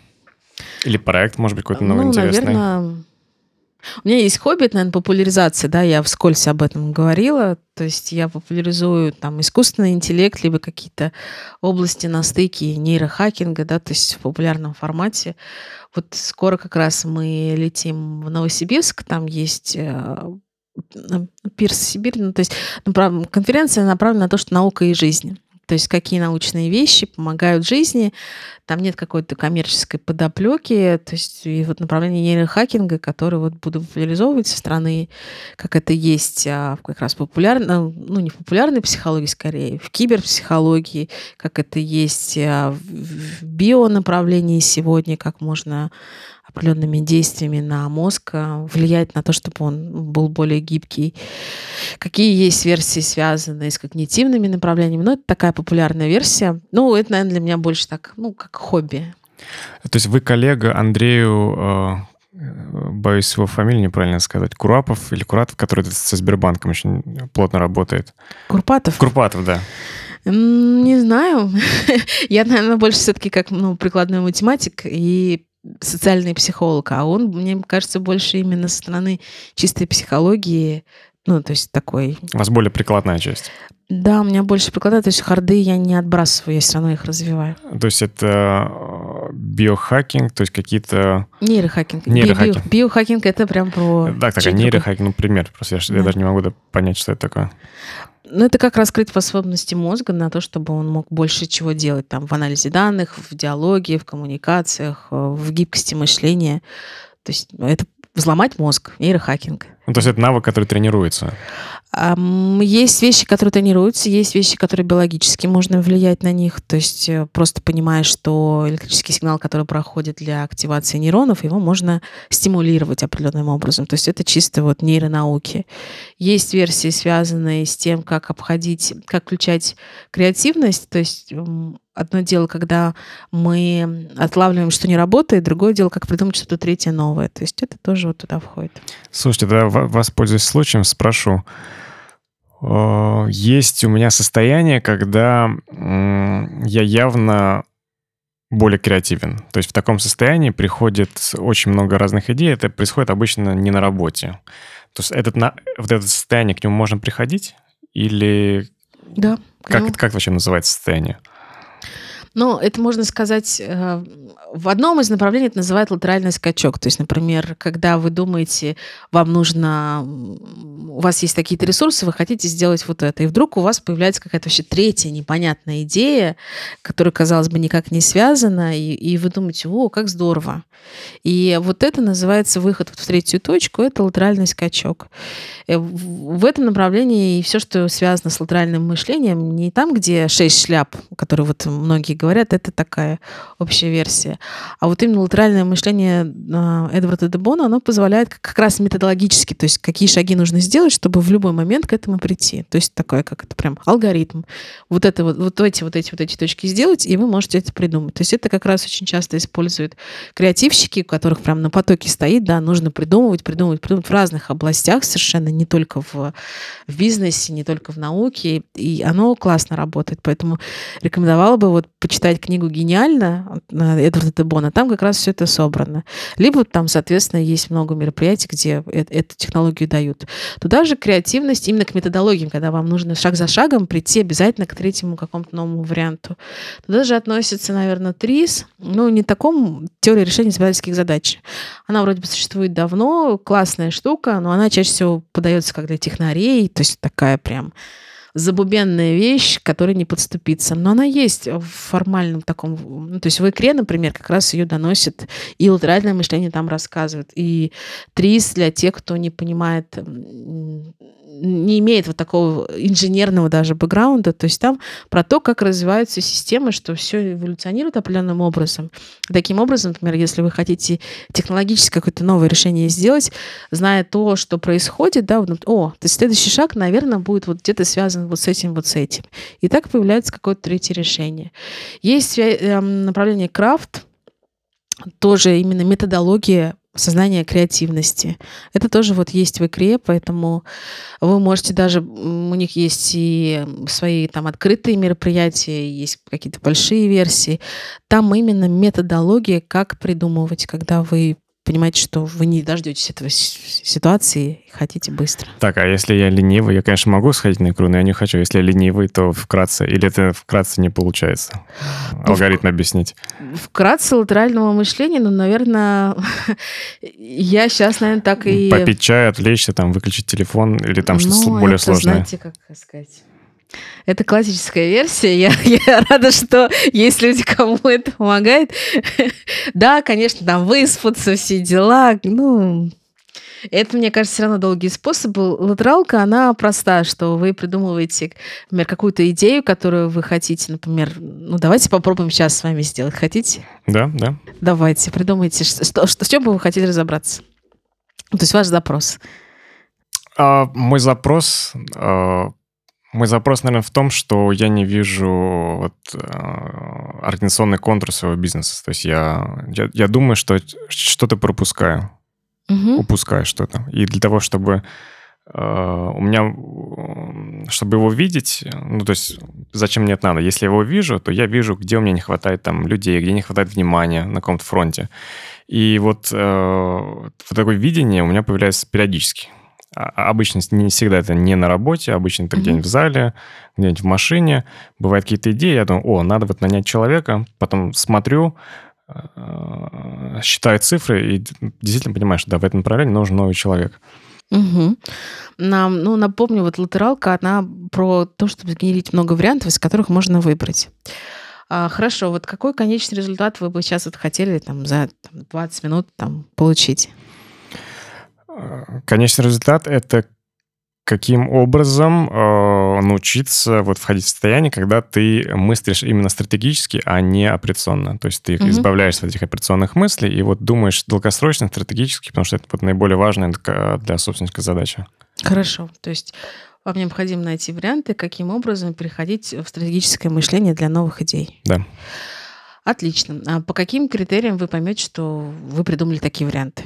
Или проект, может быть, какой-то новый Ну, интересный? наверное, у меня есть хобби, это, наверное, популяризация, да, я вскользь об этом говорила. То есть я популяризую там искусственный интеллект, либо какие-то области на стыке нейрохакинга, да, то есть в популярном формате. Вот скоро как раз мы летим в Новосибирск, там есть э, м, Пирс Сибирь, ну, то есть направ- конференция направлена на то, что наука и жизнь. То есть какие научные вещи помогают жизни, там нет какой-то коммерческой подоплеки, то есть и вот направление нейрохакинга, которое вот буду популяризовывать со стороны, как это есть а, в как раз популярно, ну не в популярной психологии скорее, в киберпсихологии, как это есть а, в в бионаправлении сегодня, как можно определенными действиями на мозг а, влиять на то, чтобы он был более гибкий. Какие есть версии, связанные с когнитивными направлениями. Ну, это такая популярная версия. Ну, это, наверное, для меня больше так, ну, как хобби. То есть вы коллега Андрею, э, э, боюсь его фамилию неправильно сказать, Курапов или Куратов, который со Сбербанком очень плотно работает. Курпатов? Курпатов, да. М, Не знаю. Я, наверное, больше все-таки как ну, прикладной математик и социальный психолог, а он, мне кажется, больше именно со стороны чистой психологии, ну, то есть такой. У вас более прикладная часть. Да, у меня больше прикладная, то есть харды я не отбрасываю, я все равно их развиваю. То есть это э, биохакинг, то есть какие-то Нейрохакинг. Би- био- нейрохакинг. Биохакинг это прям про Да, такая чуть другой. нейрохакинг, ну, пример. Просто я, ж- я Да. даже не могу да- понять, что это такое. Ну, это как раскрыть способности мозга на то, чтобы он мог больше чего делать там в анализе данных, в диалоге, в коммуникациях, э, в гибкости мышления. То есть ну, это взломать мозг, нейрохакинг. Ну, то есть это навык, который тренируется. Ам, Есть вещи, которые тренируются, есть вещи, которые биологически можно влиять на них. То есть э, просто понимая, что электрический сигнал, который проходит для активации нейронов, его можно стимулировать определенным образом. То есть это чисто вот нейронауки. Есть версии, связанные с тем, как обходить, как включать креативность. То есть м, одно дело, когда мы отлавливаем, что не работает, другое дело, как придумать что-то третье новое. То есть это тоже вот туда входит. Слушайте, тогда воспользуюсь случаем, спрошу. Есть у меня состояние, когда я явно более креативен. То есть в таком состоянии приходит очень много разных идей. Это происходит обычно не на работе. То есть этот, на, вот это состояние, к нему можно приходить? Или да, как, это, как вообще называется состояние? Ну, это можно сказать, в одном из направлений это называют латеральный скачок. То есть, например, когда вы думаете, вам нужно, у вас есть какие-то ресурсы, вы хотите сделать вот это, и вдруг у вас появляется какая-то вообще третья непонятная идея, которая, казалось бы, никак не связана, и, и вы думаете, о, как здорово. И вот это называется выход в третью точку, это латеральный скачок. В этом направлении и все, что связано с латеральным мышлением, не там, где шесть шляп, которые вот многие говорят, это такая общая версия. А вот именно латеральное мышление Эдварда де Бона, оно позволяет как раз методологически, то есть какие шаги нужно сделать, чтобы в любой момент к этому прийти. То есть такое, как это прям алгоритм. Вот это вот, вот эти вот эти вот эти точки сделать, и вы можете это придумать. То есть это как раз очень часто используют креативщики, у которых прям на потоке стоит, да, нужно придумывать, придумывать, придумывать в разных областях совершенно, не только в, в бизнесе, не только в науке, и оно классно работает. Поэтому рекомендовала бы вот почитать книгу «Гениально» Эдварда де Бона, там как раз все это собрано. Либо там, соответственно, есть много мероприятий, где эту технологию дают. Туда же креативность именно к методологиям, когда вам нужно шаг за шагом прийти обязательно к третьему какому-то новому варианту. Туда же относится, наверное, ТРИЗ, ну, не такому, теория решения изобретательских задач. Она вроде бы существует давно, классная штука, но она чаще всего подается как для технарей, то есть такая прям забубенная вещь, к которой не подступиться. Но она есть в формальном таком... Ну, то есть в икре, например, как раз ее доносит, и латеральное мышление там рассказывает. И ТРИЗ для тех, кто не понимает, не имеет вот такого инженерного даже бэкграунда, то есть там про то, как развиваются системы, что все эволюционирует определенным образом. Таким образом, например, если вы хотите технологически какое-то новое решение сделать, зная то, что происходит, да, вот, о, то есть следующий шаг, наверное, будет вот где-то связан вот с этим, вот с этим. И так появляется какое-то третье решение. Есть направление крафт, тоже именно методология сознание креативности. Это тоже вот есть в икре, поэтому вы можете даже... У них есть и свои там открытые мероприятия, есть какие-то большие версии. Там именно методология, как придумывать, когда вы понимаете, что вы не дождетесь этого ситуации и хотите быстро. Так, а если я ленивый, я, конечно, могу сходить на икру, но я не хочу. Если я ленивый, то вкратце... Или это вкратце не получается? Ну, алгоритм в... объяснить. Вкратце латерального мышления, ну, наверное, я сейчас, наверное, так и... Попить чай, отвлечься, там, выключить телефон или там ну, что-то более это, сложное. Знаете, как сказать... Это классическая версия. Я, я рада, что есть люди, кому это помогает. Да, конечно, там выспаться, все дела. Ну, это, мне кажется, все равно долгий способ. Латералка, она проста, что вы придумываете, например, какую-то идею, которую вы хотите, например, ну, давайте попробуем сейчас с вами сделать. Хотите? Да, да. Давайте, придумайте, что, что, что, в чем бы вы хотели разобраться. То есть ваш запрос. А, мой запрос... А... Мой запрос, наверное, в том, что я не вижу вот, э, организационный контур своего бизнеса. То есть я, я, я думаю, что что-то пропускаю, угу. упускаю что-то. И для того, чтобы э, у меня, чтобы его видеть, ну, то есть зачем мне это надо? Если я его вижу, то я вижу, где у меня не хватает там людей, где не хватает внимания на каком-то фронте. И вот, э, вот такое видение у меня появляется периодически. Обычно не всегда это не на работе, обычно это mm-hmm. где-нибудь в зале, где-нибудь в машине. Бывают какие-то идеи, я думаю, о, надо вот нанять человека. Потом смотрю, считаю цифры и действительно понимаю, что да, в этом направлении нужен новый человек. Угу. Нам, ну, напомню, вот латералка, она про то, чтобы сгенерить много вариантов, из которых можно выбрать. А, хорошо, вот какой конечный результат вы бы сейчас вот хотели там, за там, двадцать минут там, получить? Конечный результат — это Каким образом э, научиться вот входить в состояние, когда ты мыслишь именно стратегически, а не операционно? То есть ты Мгм. избавляешься от этих операционных мыслей и вот думаешь долгосрочно, стратегически, потому что это вот наиболее важная такая для собственника задача. Хорошо. То есть вам необходимо найти варианты, каким образом переходить в стратегическое мышление для новых идей. Да. Отлично. А по каким критериям вы поймете, что вы придумали такие варианты?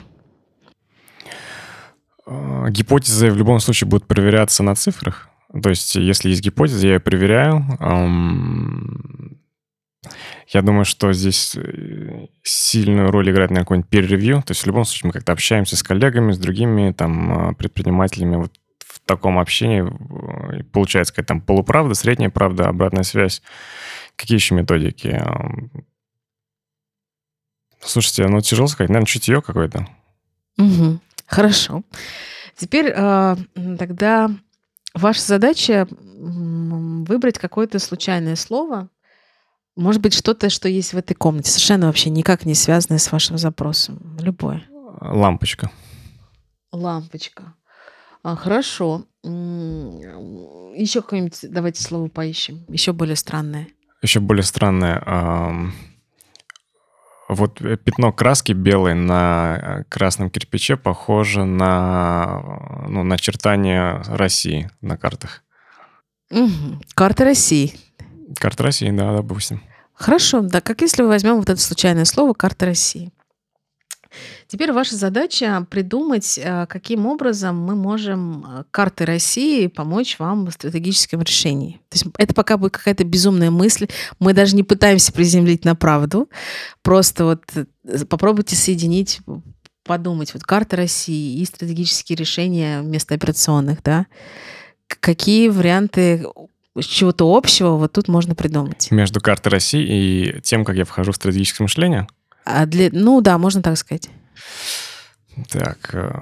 Э, Гипотезы в любом случае будут проверяться на цифрах. То есть если есть гипотеза, я ее проверяю. Ам, Я думаю, что здесь э, сильную роль играет, наверное, какой-нибудь peer review. То есть в любом случае мы как-то общаемся с коллегами, с другими там э, предпринимателями. Вот в таком общении э, получается какая-то там полуправда, средняя правда, обратная связь. Какие еще методики? Ам, Слушайте, ну тяжело сказать. Наверное, чутье какое-то. Мгм. Хорошо. Теперь а, м, тогда ваша задача м, выбрать какое-то случайное слово. Может быть, что-то, что есть в этой комнате, совершенно вообще никак не связанное с вашим запросом. Любое. Лампочка. Лампочка. А, хорошо. Еще какое-нибудь давайте слово поищем. Еще более странное. Еще более странное. ам, Вот э, пятно краски белой на э, красном кирпиче похоже на, э, ну, начертание России на картах. Мгм. Карта России. Карта России, да, допустим. Хорошо, да, как если мы возьмем вот это случайное слово «карта России». Теперь ваша задача придумать, а, каким образом мы можем а, картой России помочь вам в стратегическом решении. То есть это пока будет какая-то безумная мысль. Мы даже не пытаемся приземлить на правду. Просто вот э, попробуйте соединить, подумать, вот карта России и стратегические решения вместо операционных, да. К- Какие варианты чего-то общего вот тут можно придумать? Между картой России и тем, как я вхожу в стратегическое мышление. А для, ну да, можно так сказать. Так, э,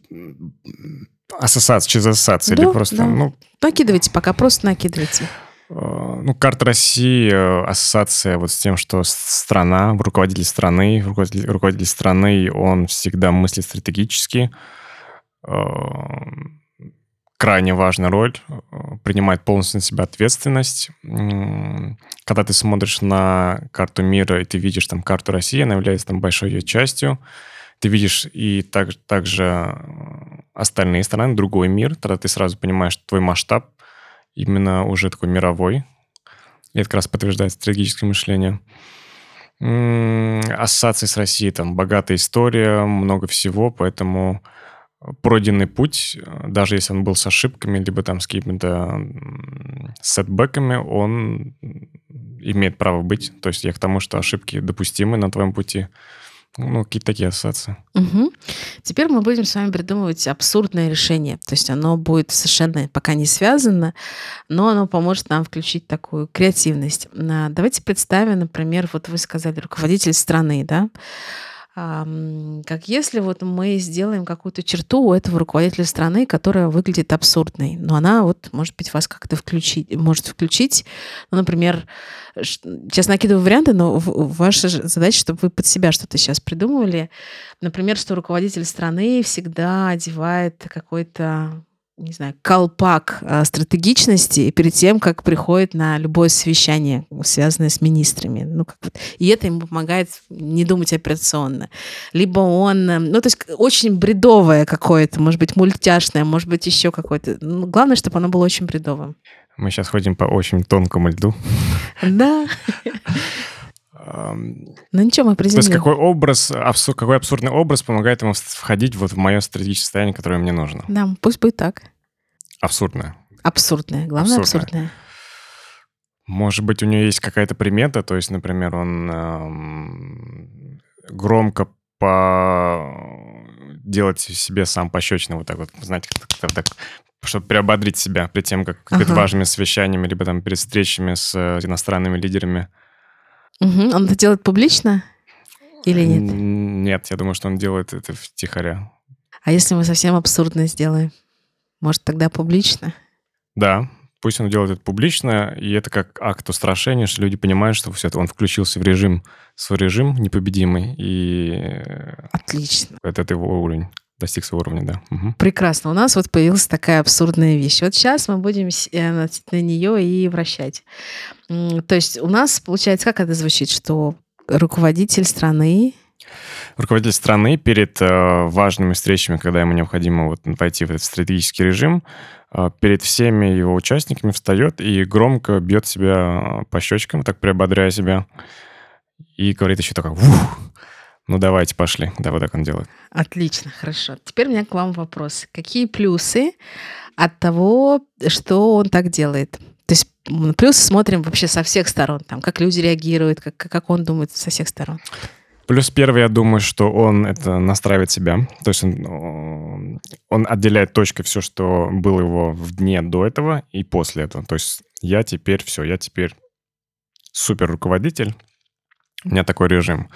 ассоциация, через ассоциации или Да, просто, да. ну, Накидывайте пока, просто накидывайте. э, ну, карта России, э, ассоциация вот с тем, что с- страна, руководитель страны, руководитель, руководитель страны, он всегда мыслит стратегически, э, крайне важная роль, э, принимает полностью на себя ответственность. М, Когда ты смотришь на карту мира, и ты видишь там карту России, она является там большой ее частью, ты видишь и так, также э, остальные страны, другой мир, тогда ты сразу понимаешь, что твой масштаб именно уже такой мировой. И это как раз подтверждает стратегическое мышление. М, Ассоциации с Россией, там богатая история, много всего, поэтому пройденный путь, э, даже если он был с ошибками, либо там с какими-то м, сетбэками, он м, имеет право быть. То есть я к тому, что ошибки допустимы на твоем пути. Ну, какие-то такие ассоциации. Мгм. Теперь мы будем с вами придумывать абсурдное решение. То есть оно будет совершенно пока не связано, но оно поможет нам включить такую креативность. На- Давайте представим, например, вот вы сказали, руководитель страны, да? Ам, Как если вот мы сделаем какую-то черту у этого руководителя страны, которая выглядит абсурдной, но она вот, может быть, вас как-то включить, может включить. Ну, например, ш- сейчас накидываю варианты, но в- ваша же задача, чтобы вы под себя что-то сейчас придумывали. Например, что руководитель страны всегда одевает какой-то, не знаю, колпак а, стратегичности перед тем, как приходит на любое совещание, связанное с министрами. Ну, как вот. И это ему помогает не думать операционно. Либо он, э, ну, то есть к- очень бредовое какое-то, может быть, мультяшное, может быть, еще какое-то. Ну, главное, чтобы оно было очень бредовым. Мы сейчас ходим по очень тонкому льду. Да, Ам, ну ничего, мы То есть приземлим. какой образ, абсу- какой абсурдный образ помогает ему в- входить вот в мое стратегическое состояние, которое мне нужно? Да, пусть будет так. Абсурдное. Абсурдное. Главное, Абсурдное. абсурдное. Может быть, у него есть какая-то примета, то есть, например, он ам, громко по делать себе сам пощечину, вот так вот, знаете, как-то так, чтобы приободрить себя перед тем, как перед Ага. важными совещаниями, либо там перед встречами с э, иностранными лидерами. Мгм. Он это делает публично или нет? Н- Нет, я думаю, что он делает это втихаря. А если мы совсем абсурдно сделаем? Может, тогда публично? Да, пусть он делает это публично, и это как акт устрашения, что люди понимают, что все это он включился в режим, свой режим непобедимый, и э, Отлично. это его уровень. достиг своего уровня, да. Угу. Прекрасно. У нас вот появилась такая абсурдная вещь. Вот сейчас мы будем на нее и вращать. То есть у нас, получается, как это звучит, что руководитель страны... Руководитель страны перед э, важными встречами, когда ему необходимо вот войти в этот стратегический режим, э, перед всеми его участниками встает и громко бьет себя по щечкам, так приободряя себя, и говорит еще такое: «Ух, ну давайте, пошли». Да, вот так он делает. Отлично, хорошо. Теперь у меня к вам вопрос. Какие плюсы от того, что он так делает? То есть плюсы смотрим вообще со всех сторон, там, как люди реагируют, как, как он думает со всех сторон. Плюс первый, я думаю, что он это настраивает себя. То есть он, он отделяет точкой все, что было его в дне до этого и после этого. То есть я теперь все, я теперь супер руководитель. У меня такой режим.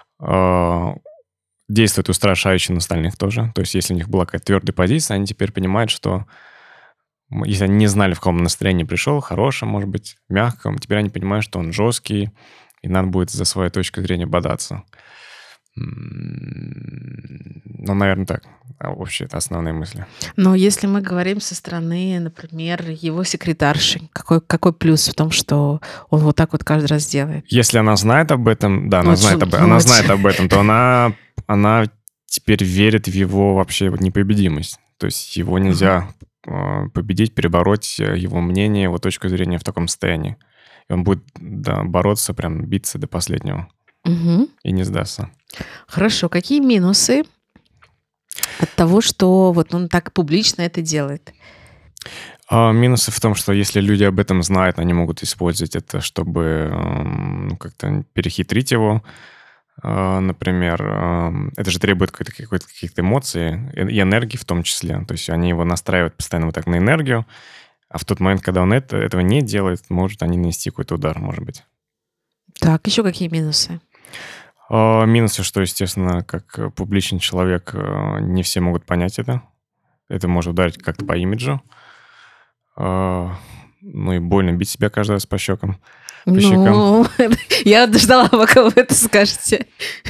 Действует устрашающе на остальных тоже. То есть если у них была какая-то твердая позиция, они теперь понимают, что если они не знали, в каком настроении пришел, хорошем, может быть, мягком, теперь они понимают, что он жесткий, и надо будет за свою точку зрения бодаться. Ну, наверное, так. Вообще, это основные мысли. Но если мы говорим со стороны, например, его секретарши, какой, какой плюс в том, что он вот так вот каждый раз делает? Если она знает об этом, да, она, Вот знает, что, об, вот. она знает об этом, то она, она теперь верит в его вообще непобедимость. То есть его нельзя uh-huh. победить, перебороть его мнение, его точку зрения в таком состоянии. И он будет, да, бороться, прям биться до последнего. Угу. И не сдастся. Хорошо. Какие минусы от того, что вот он так публично это делает? А, минусы в том, что если люди об этом знают, они могут использовать это, чтобы ну, как-то перехитрить его. А, например, это же требует какой-то, какой-то, каких-то эмоций и энергии в том числе. То есть они его настраивают постоянно вот так на энергию, а в тот момент, когда он это, этого не делает, может они нанести какой-то удар, может быть. Так, еще какие минусы? Минусы, что, естественно, как публичный человек, не все могут понять это. Это может ударить как-то по имиджу. Ну и больно бить себя каждый раз по щекам. По ну, щекам. Я ждала, пока вы это скажете.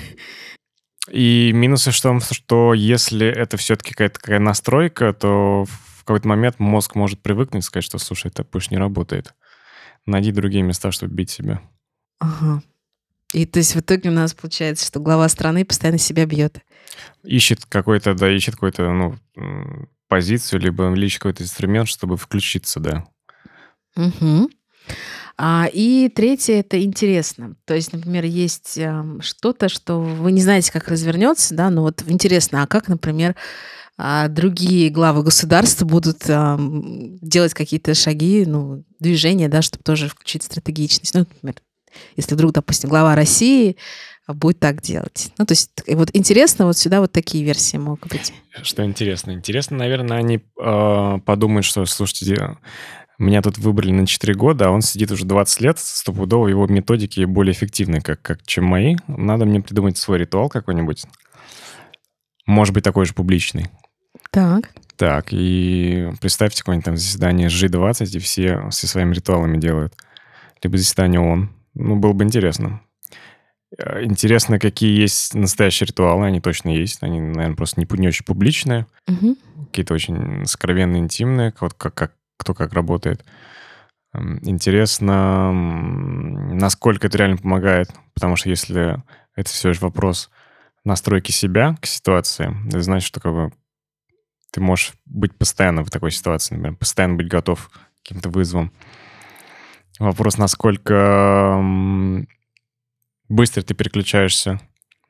И минусы в том, что если это все-таки какая-то такая настройка, то в какой-то момент мозг может привыкнуть и сказать, что, слушай, это больше не работает. Найди другие места, чтобы бить себя. Ага. И то есть в итоге у нас получается, что глава страны постоянно себя бьет. Ищет какой-то, да, ищет какую-то, ну, позицию, либо ищет какой-то инструмент, чтобы включиться, да. Угу. А, и третье — это интересно. То есть, например, есть а, что-то, что вы не знаете, как развернется, да, но вот интересно, а как, например, а, другие главы государства будут а, делать какие-то шаги, ну, движения, да, чтобы тоже включить стратегичность. Ну, например, если вдруг, допустим, глава России будет так делать. Ну, то есть вот интересно, вот сюда вот такие версии могут быть. Что интересно? Интересно, наверное, они э, подумают, что, слушайте, меня тут выбрали на четыре года, а он сидит уже двадцать лет, стопудово его методики более эффективны, как, как, чем мои. Надо мне придумать свой ритуал какой-нибудь. Может быть, такой же публичный. Так. Так, и представьте какое-нибудь там заседание джи двадцать, и все со своими ритуалами делают. Либо заседание ООН. Ну, было бы интересно. Интересно, какие есть настоящие ритуалы. Они точно есть. Они, наверное, просто не, не очень публичные. Угу. Какие-то очень сокровенные, интимные. Вот как, как, кто как работает. Интересно, насколько это реально помогает. Потому что если это все же вопрос настройки себя к ситуации, это значит, что как бы, ты можешь быть постоянно в такой ситуации. Например, постоянно быть готов к каким-то вызовам. Вопрос, насколько быстро ты переключаешься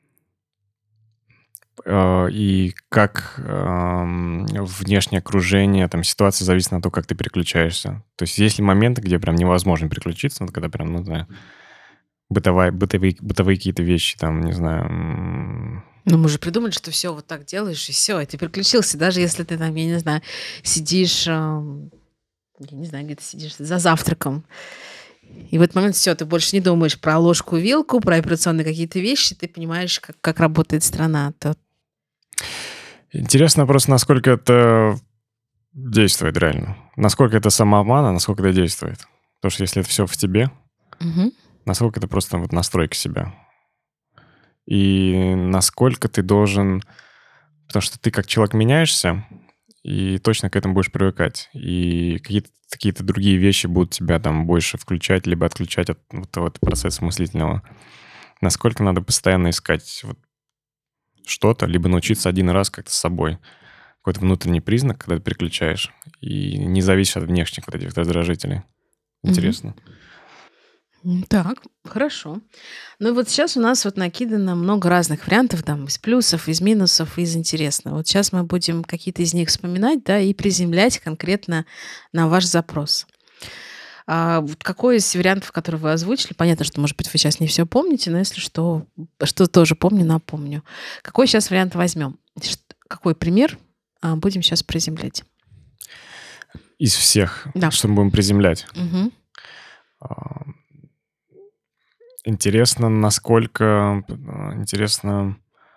и как внешнее окружение, там, ситуация зависит от того, как ты переключаешься. То есть есть ли моменты, где прям невозможно переключиться, когда прям, ну, знаю, бытовая, бытовые, бытовые какие-то вещи, там, не знаю... Ну, мы же придумали, что все вот так делаешь, и все, и ты переключился, даже если ты там, я не знаю, сидишь... я не знаю, где ты сидишь, за завтраком. И в этот момент все, ты больше не думаешь про ложку, вилку, про операционные какие-то вещи, ты понимаешь, как, как работает страна. То... Интересно просто, насколько это действует реально. Насколько это самообман, а насколько это действует. Потому что если это все в тебе, угу. насколько это просто вот настройка себя. И насколько ты должен Потому что ты как человек меняешься, и точно к этому будешь привыкать. И какие-то какие-то другие вещи будут тебя там больше включать, либо отключать от вот этого процесса мыслительного. Насколько надо постоянно искать вот что-то, либо научиться один раз как-то с собой. Какой-то внутренний признак, когда ты переключаешь, и не зависишь от внешних вот этих раздражителей. Интересно. М, Так, хорошо. Ну и вот сейчас у нас вот накидано много разных вариантов, там, из плюсов, из минусов, из интересного. Вот сейчас мы будем какие-то из них вспоминать, да, и приземлять конкретно на ваш запрос. А вот какой из вариантов, которые вы озвучили, понятно, что, может быть, вы сейчас не все помните, но если что, что тоже помню, напомню. Какой сейчас вариант возьмем? Ш- Какой пример а, будем сейчас приземлять? Из всех, Да. что мы будем приземлять. Мгм. А, Интересно, насколько... а, Интересно,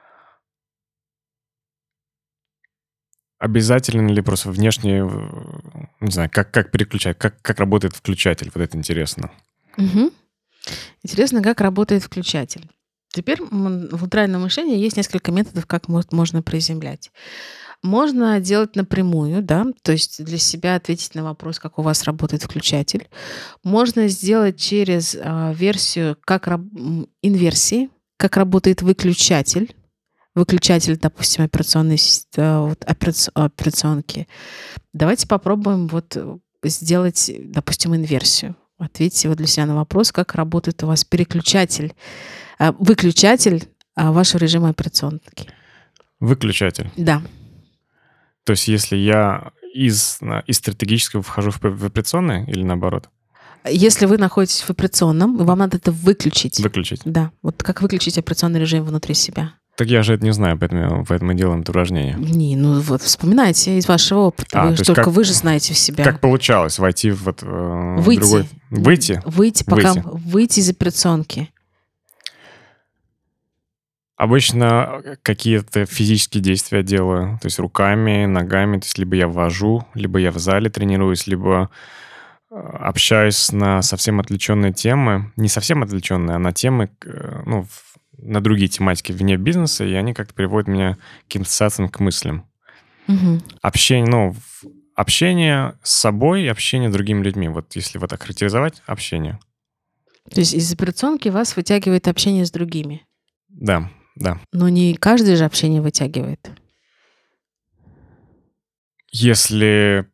обязательно ли просто внешне... э, Не знаю, как, как переключать, как, как работает включатель. Вот это интересно. Мгм. Интересно, как работает включатель. Теперь м, в латеральном мышлении есть несколько методов, как мо- можно приземлять. Можно делать напрямую, да, то есть для себя ответить на вопрос, как у вас работает включатель. Можно сделать через а, версию, как раб- м, инверсии, как работает выключатель. Выключатель, допустим, операционной сис- э, вот, операци- операционки. Давайте попробуем вот э, сделать, допустим, инверсию. Ответьте вот для себя на вопрос, как работает у вас переключатель, а, выключатель а, вашего режима операционки. Выключатель. Да. То есть если я из, на- из стратегического вхожу в, п- в операционное или наоборот? Если вы находитесь в операционном, и вам надо это выключить. Выключить. Да. Вот как выключить операционный режим внутри себя? Так я же это не знаю, поэтому, поэтому мы делаем это упражнение. Не, ну вот вспоминайте из вашего опыта. А, вы то есть только как- вы же знаете в себя. Как получалось войти в, вот, э, в Выйти. другой... Выйти? Выйти, пока Выйти. выйти из операционки. Обычно какие-то физические действия делаю, то есть руками, ногами, то есть либо я ввожу, либо я в зале тренируюсь, либо э, общаюсь на совсем отвлеченные темы, не совсем отвлеченные, а на темы, э, ну, в- на другие тематики вне бизнеса, и они как-то приводят меня к каким-то ассоциациям, к мыслям. Мгм. Общение, ну, в- общение с собой и общение с другими людьми. Вот если вот так характеризовать, общение. То есть из операционки вас вытягивает общение с другими. Да, да. Но не каждый же общение вытягивает. Если,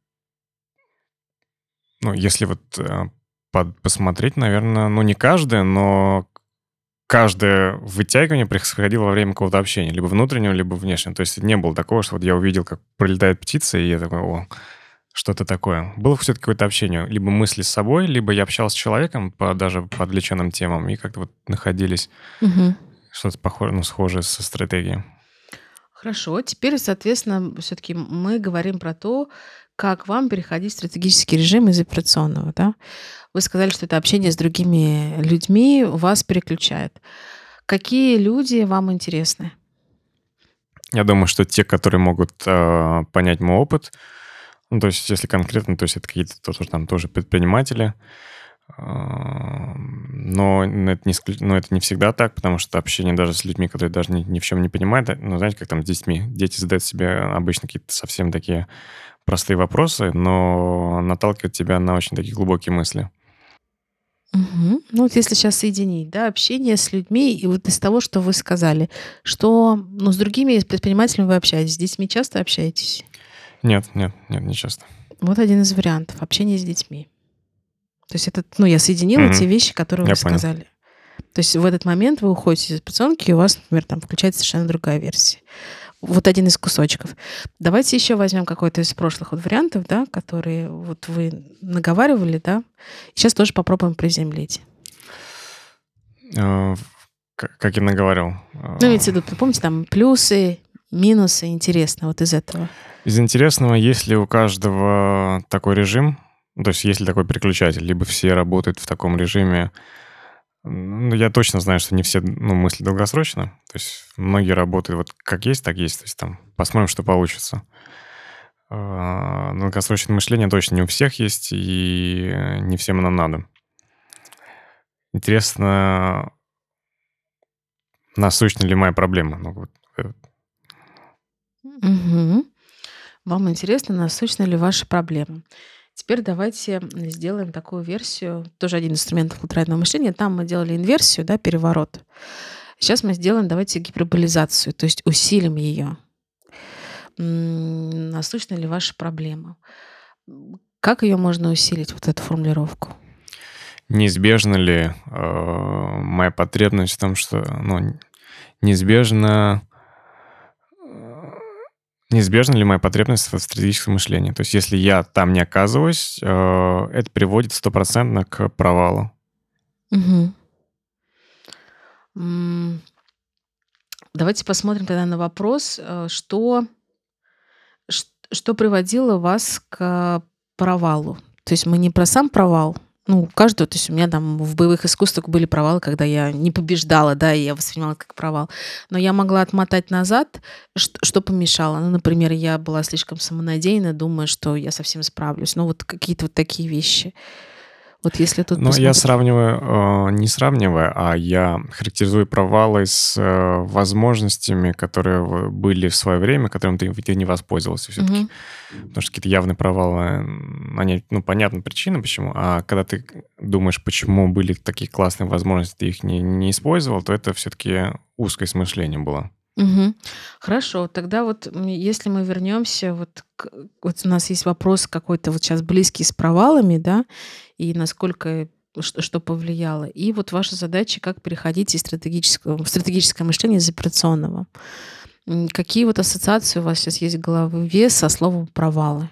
ну, если вот э, под- посмотреть, наверное, ну, не каждое, но каждое вытягивание происходило во время какого-то общения, либо внутреннего, либо внешнего. То есть не было такого, что вот я увидел, как пролетает птица, и я такой, о, что-то такое. Было все-таки какое-то общение. Либо мысли с собой, либо я общался с человеком по даже по отвлеченным темам, и как-то вот находились Мгм. что-то похожее, ну, схожее со стратегией. Хорошо. Теперь, соответственно, все-таки мы говорим про то, как вам переходить в стратегический режим из операционного, да? Вы сказали, что это общение с другими людьми вас переключает. Какие люди вам интересны? Я думаю, что те, которые могут э, понять мой опыт, ну, то есть если конкретно, то есть это какие-то тоже, там тоже предприниматели, а, но это не, исклю- но это не всегда так, потому что общение даже с людьми, которые даже ни, ни в чем не понимают, ну, знаете, как там с детьми. Дети задают себе обычно какие-то совсем такие простые вопросы, но наталкивают тебя на очень такие глубокие мысли. Мгм. Ну вот если сейчас соединить, да, общение с людьми, и вот из того, что вы сказали, что, ну, с другими предпринимателями вы общаетесь, с детьми часто общаетесь? Нет, нет, нет, не часто. Вот один из вариантов общения с детьми. То есть это, ну, я соединила Мгм. те вещи, которые Я вы понял. сказали. То есть в этот момент вы уходите из операционки, и у вас, например, там включается совершенно другая версия. Вот один из кусочков. Давайте еще возьмем какой-то из прошлых вот вариантов, да, которые вот вы наговаривали, да. Сейчас тоже попробуем приземлить. Э, к- Как я наговорил. Ну, имеется в виду, помните, там плюсы, минусы, интересно вот из этого. Из интересного, есть ли у каждого такой режим, ну, то есть есть ли такой переключатель, либо все работают в таком режиме. Ну, я точно знаю, что не все, ну, мысли долгосрочно. То есть многие работают вот как есть, так есть. То есть там посмотрим, что получится. А, Долгосрочное мышление точно не у всех есть, и э, не всем оно надо. Интересно, насущна ли моя проблема? Ну, вот, э, Мгм. Вам интересно, насущны ли ваши проблемы. Теперь давайте сделаем такую версию, тоже один из инструментов латерального мышления. Там мы делали инверсию, да, переворот. Сейчас мы сделаем, давайте, гиперболизацию, то есть усилим ее. М, Насущны ли ваши проблемы? М, Как ее можно усилить, вот эту формулировку? Неизбежна ли э, моя потребность в том, что, ну, неизбежно, э, неизбежна ли моя потребность в стратегическом мышлении? То есть если я там не оказываюсь, э, это приводит стопроцентно к провалу. Мгм. М, Давайте посмотрим тогда на вопрос, э, что, ш- что приводило вас к провалу. То есть мы не про сам провал. Ну, у каждого, то есть у меня там в боевых искусствах были провалы, когда я не побеждала, да, и я воспринимала это как провал. Но я могла отмотать назад, ш- что помешало. Ну, например, я была слишком самонадеянна, думая, что я совсем справлюсь. Ну, вот какие-то вот такие вещи. Вот если тут Но я посмотреть. сравниваю, э, не сравнивая, а я характеризую провалы с э, возможностями, которые в- были в свое время, которым ты, ты не воспользовался все-таки. Мгм. Потому что какие-то явные провалы, м, они, ну, понятна причина, почему. А когда ты думаешь, почему были такие классные возможности, ты их не, не использовал, то это все-таки узкое смышление было. Мгм. Хорошо, тогда вот м, если мы вернемся, вот, к- вот у нас есть вопрос какой-то вот сейчас близкий с провалами, да, и насколько что, что повлияло. И вот ваша задача, как переходить из стратегического, в стратегическое мышление из операционного. М, Какие вот ассоциации у вас сейчас есть в голове со словом провалы?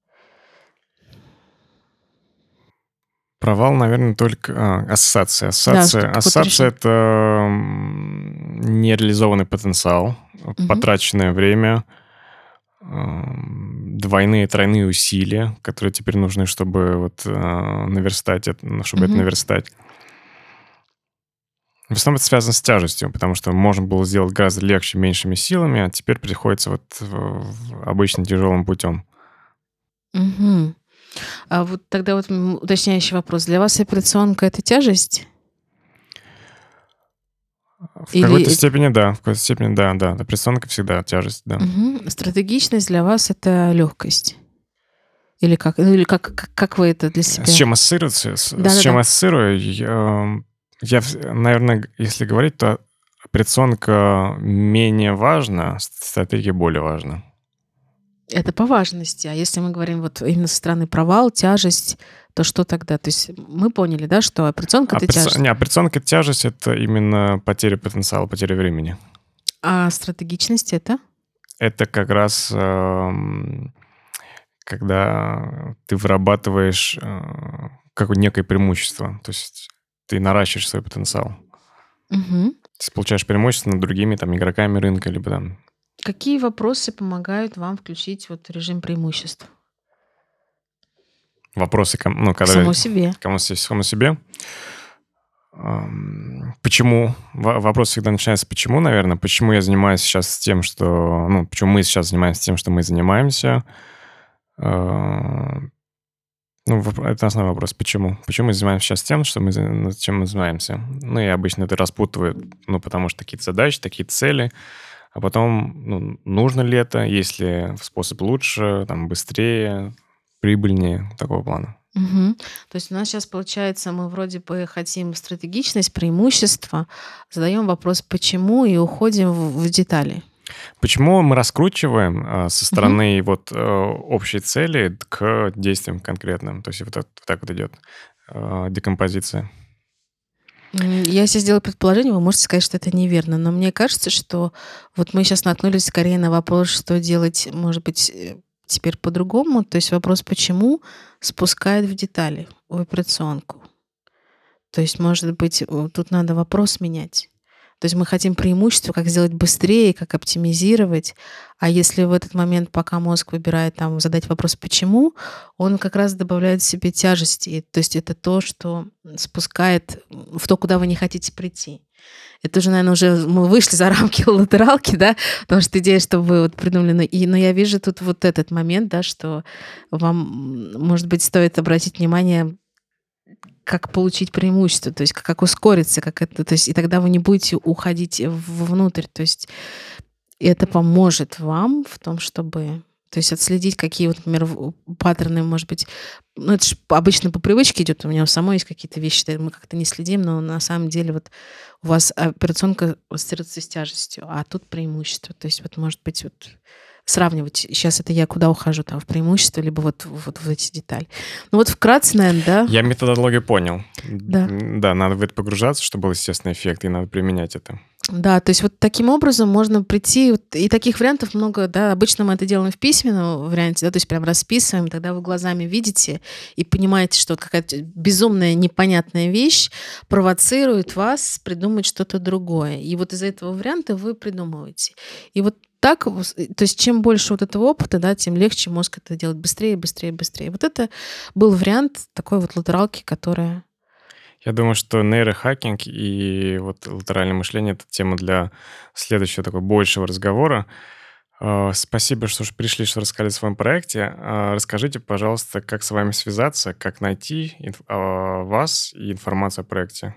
Провал, наверное, только а, ассоциация. Да, что Ассоциация, какое-то ассоциация — решение. это м, нереализованный потенциал, э, Мгм. потраченное время, ам, двойные, тройные усилия, которые теперь нужны, чтобы вот а, наверстать это, ну, чтобы это Мгм. наверстать. В основном это связано с тяжестью, потому что можно было сделать гораздо легче, меньшими силами, а теперь приходится вот в- в обычным тяжелым путем. Мгм. А вот тогда вот м, уточняющий вопрос. Для вас операционка — это тяжесть? В какой-то Или степени да, в какой-то степени да, да. Операционка всегда тяжесть, да. Мгм. Стратегичность для вас — это легкость? Или как? Ну, или как как как вы это для С себя? чем ассоциируется? С, с чем Да-да-да. ассоциирую? Я, я наверное, если говорить, то операционка менее важна, с- стратегия более важна. Это по важности. А если мы говорим вот именно со стороны провал, тяжесть, то что тогда? То есть мы поняли, да, что операционка — это Операци- тяжесть, Не, операционка — это тяжесть, это именно потеря потенциала, потеря времени. а стратегичность — это? Это как раз эм, когда ты вырабатываешь э, какое некое преимущество. То есть ты наращиваешь свой потенциал. Мгм. Ты получаешь преимущество над другими там игроками рынка, либо там Какие вопросы помогают вам включить вот режим преимуществ? вопросы, ком- ну, К когда самой себе. кому се- самому себе. Ам, Почему? Во- Вопрос всегда начинается почему, наверное. Почему я занимаюсь сейчас тем, что... Ну, почему мы сейчас занимаемся тем, что мы занимаемся? А, Ну, воп- это основной вопрос. Почему? Почему мы занимаемся сейчас тем, что мы, за- ну, чем мы занимаемся? Ну, и обычно это распутывают, ну, потому что такие задачи, такие цели. А потом, ну, нужно ли это? Есть ли способ лучше, там, быстрее, прибыльнее, такого плана? Мгм. То есть у нас сейчас получается, мы вроде бы хотим стратегичность, преимущество, задаем вопрос «почему?» и уходим в в детали. Почему мы раскручиваем а, со Мгм. стороны вот э, общей цели к действиям конкретным? То есть вот, так вот так вот идет а, декомпозиция. М, Я сейчас сделаю предположение, вы можете сказать, что это неверно, но мне кажется, что вот мы сейчас наткнулись скорее на вопрос, что делать, может быть, э, теперь по-другому. То есть вопрос «почему?» спускает в детали, в операционку. То есть, может быть, э, тут надо вопрос менять. То есть мы хотим преимущество, как сделать быстрее, как оптимизировать. А если в этот момент, пока мозг выбирает там задать вопрос «почему?», он как раз добавляет себе тяжести. И То есть это то, что спускает в то, куда вы не хотите прийти. Это уже, наверное, уже мы вышли за рамки латералки, да, потому что идея, что вы вот придумали. Но, и, но я вижу тут вот этот момент, да, что вам, м, может быть, стоит обратить внимание, как получить преимущество, то есть как, как ускориться, как это, то есть и тогда вы не будете уходить в- внутрь, то есть И это поможет вам в том, чтобы... То есть отследить, какие, вот, например, паттерны, может быть... Ну, это же обычно по привычке идет. У меня у самой есть какие-то вещи, мы как-то не следим, но на самом деле вот у вас операционка ассоциируется с тяжестью, а тут преимущество. То есть вот, может быть, вот сравнивать. Сейчас это я куда ухожу, там, в преимущество, либо вот, вот в эти детали. Ну вот вкратце, наверное, да? Я методологию понял. Да. Да, надо в это погружаться, чтобы был естественный эффект, и надо применять это. Да, то есть вот таким образом можно прийти, вот, и таких вариантов много, да, обычно мы это делаем в письменном варианте, да, то есть прям расписываем, тогда вы глазами видите и понимаете, что вот какая-то безумная непонятная вещь провоцирует вас придумать что-то другое. И вот из этого варианта вы придумываете. И вот так, то есть чем больше вот этого опыта, да, тем легче мозг это делать быстрее, быстрее, быстрее. Вот это был вариант такой вот латералки, которая... Я думаю, что нейрохакинг и вот латеральное мышление — это тема для следующего такого большего разговора. Спасибо, что пришли, что рассказали о своем проекте. Расскажите, пожалуйста, как с вами связаться, как найти вас и информацию о проекте.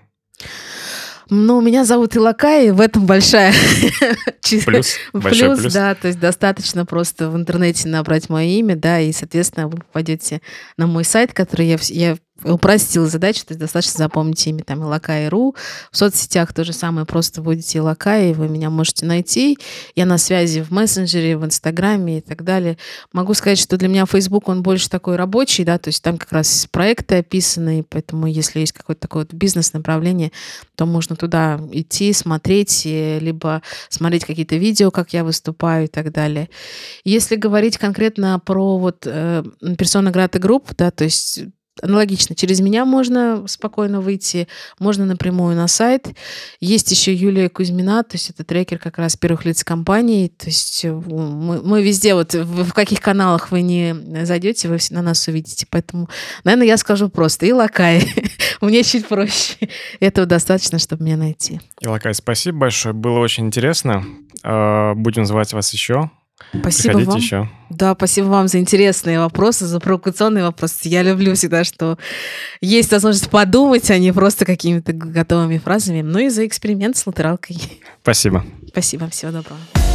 Ну, меня зовут Илакай, в этом большая... Плюс, большой плюс. Да, то есть достаточно просто в интернете набрать мое имя, да, и, соответственно, вы попадете на мой сайт, который я, я упростила задачу, то есть достаточно запомнить имя там Илакай точка ру. В соцсетях то же самое, просто вводите Илакай, и вы меня можете найти. Я на связи в мессенджере, в Инстаграме и так далее. Могу сказать, что для меня Facebook, он больше такой рабочий, да, то есть там как раз проекты описаны, поэтому если есть какое-то такое вот бизнес-направление, то можно туда идти, смотреть, либо смотреть какие-то видео, как я выступаю и так далее. Если говорить конкретно про вот э, Persona Grata Group, да, то есть аналогично, через меня можно спокойно выйти, можно напрямую на сайт. Есть еще Юлия Кузьмина, то есть это трекер как раз первых лиц компании. То есть мы, мы везде, вот в, в каких каналах вы не зайдете, вы все на нас увидите. Поэтому, наверное, я скажу просто Илакай. Мне чуть проще. Этого достаточно, чтобы меня найти. Илакай, спасибо большое. Было очень интересно. Будем звать вас еще. Спасибо Приходите вам. еще. Да, спасибо вам за интересные вопросы, за провокационные вопросы. Я люблю всегда, что есть возможность подумать, а не просто какими-то готовыми фразами. Ну и за эксперимент с латералкой. Спасибо. Спасибо. Всего доброго.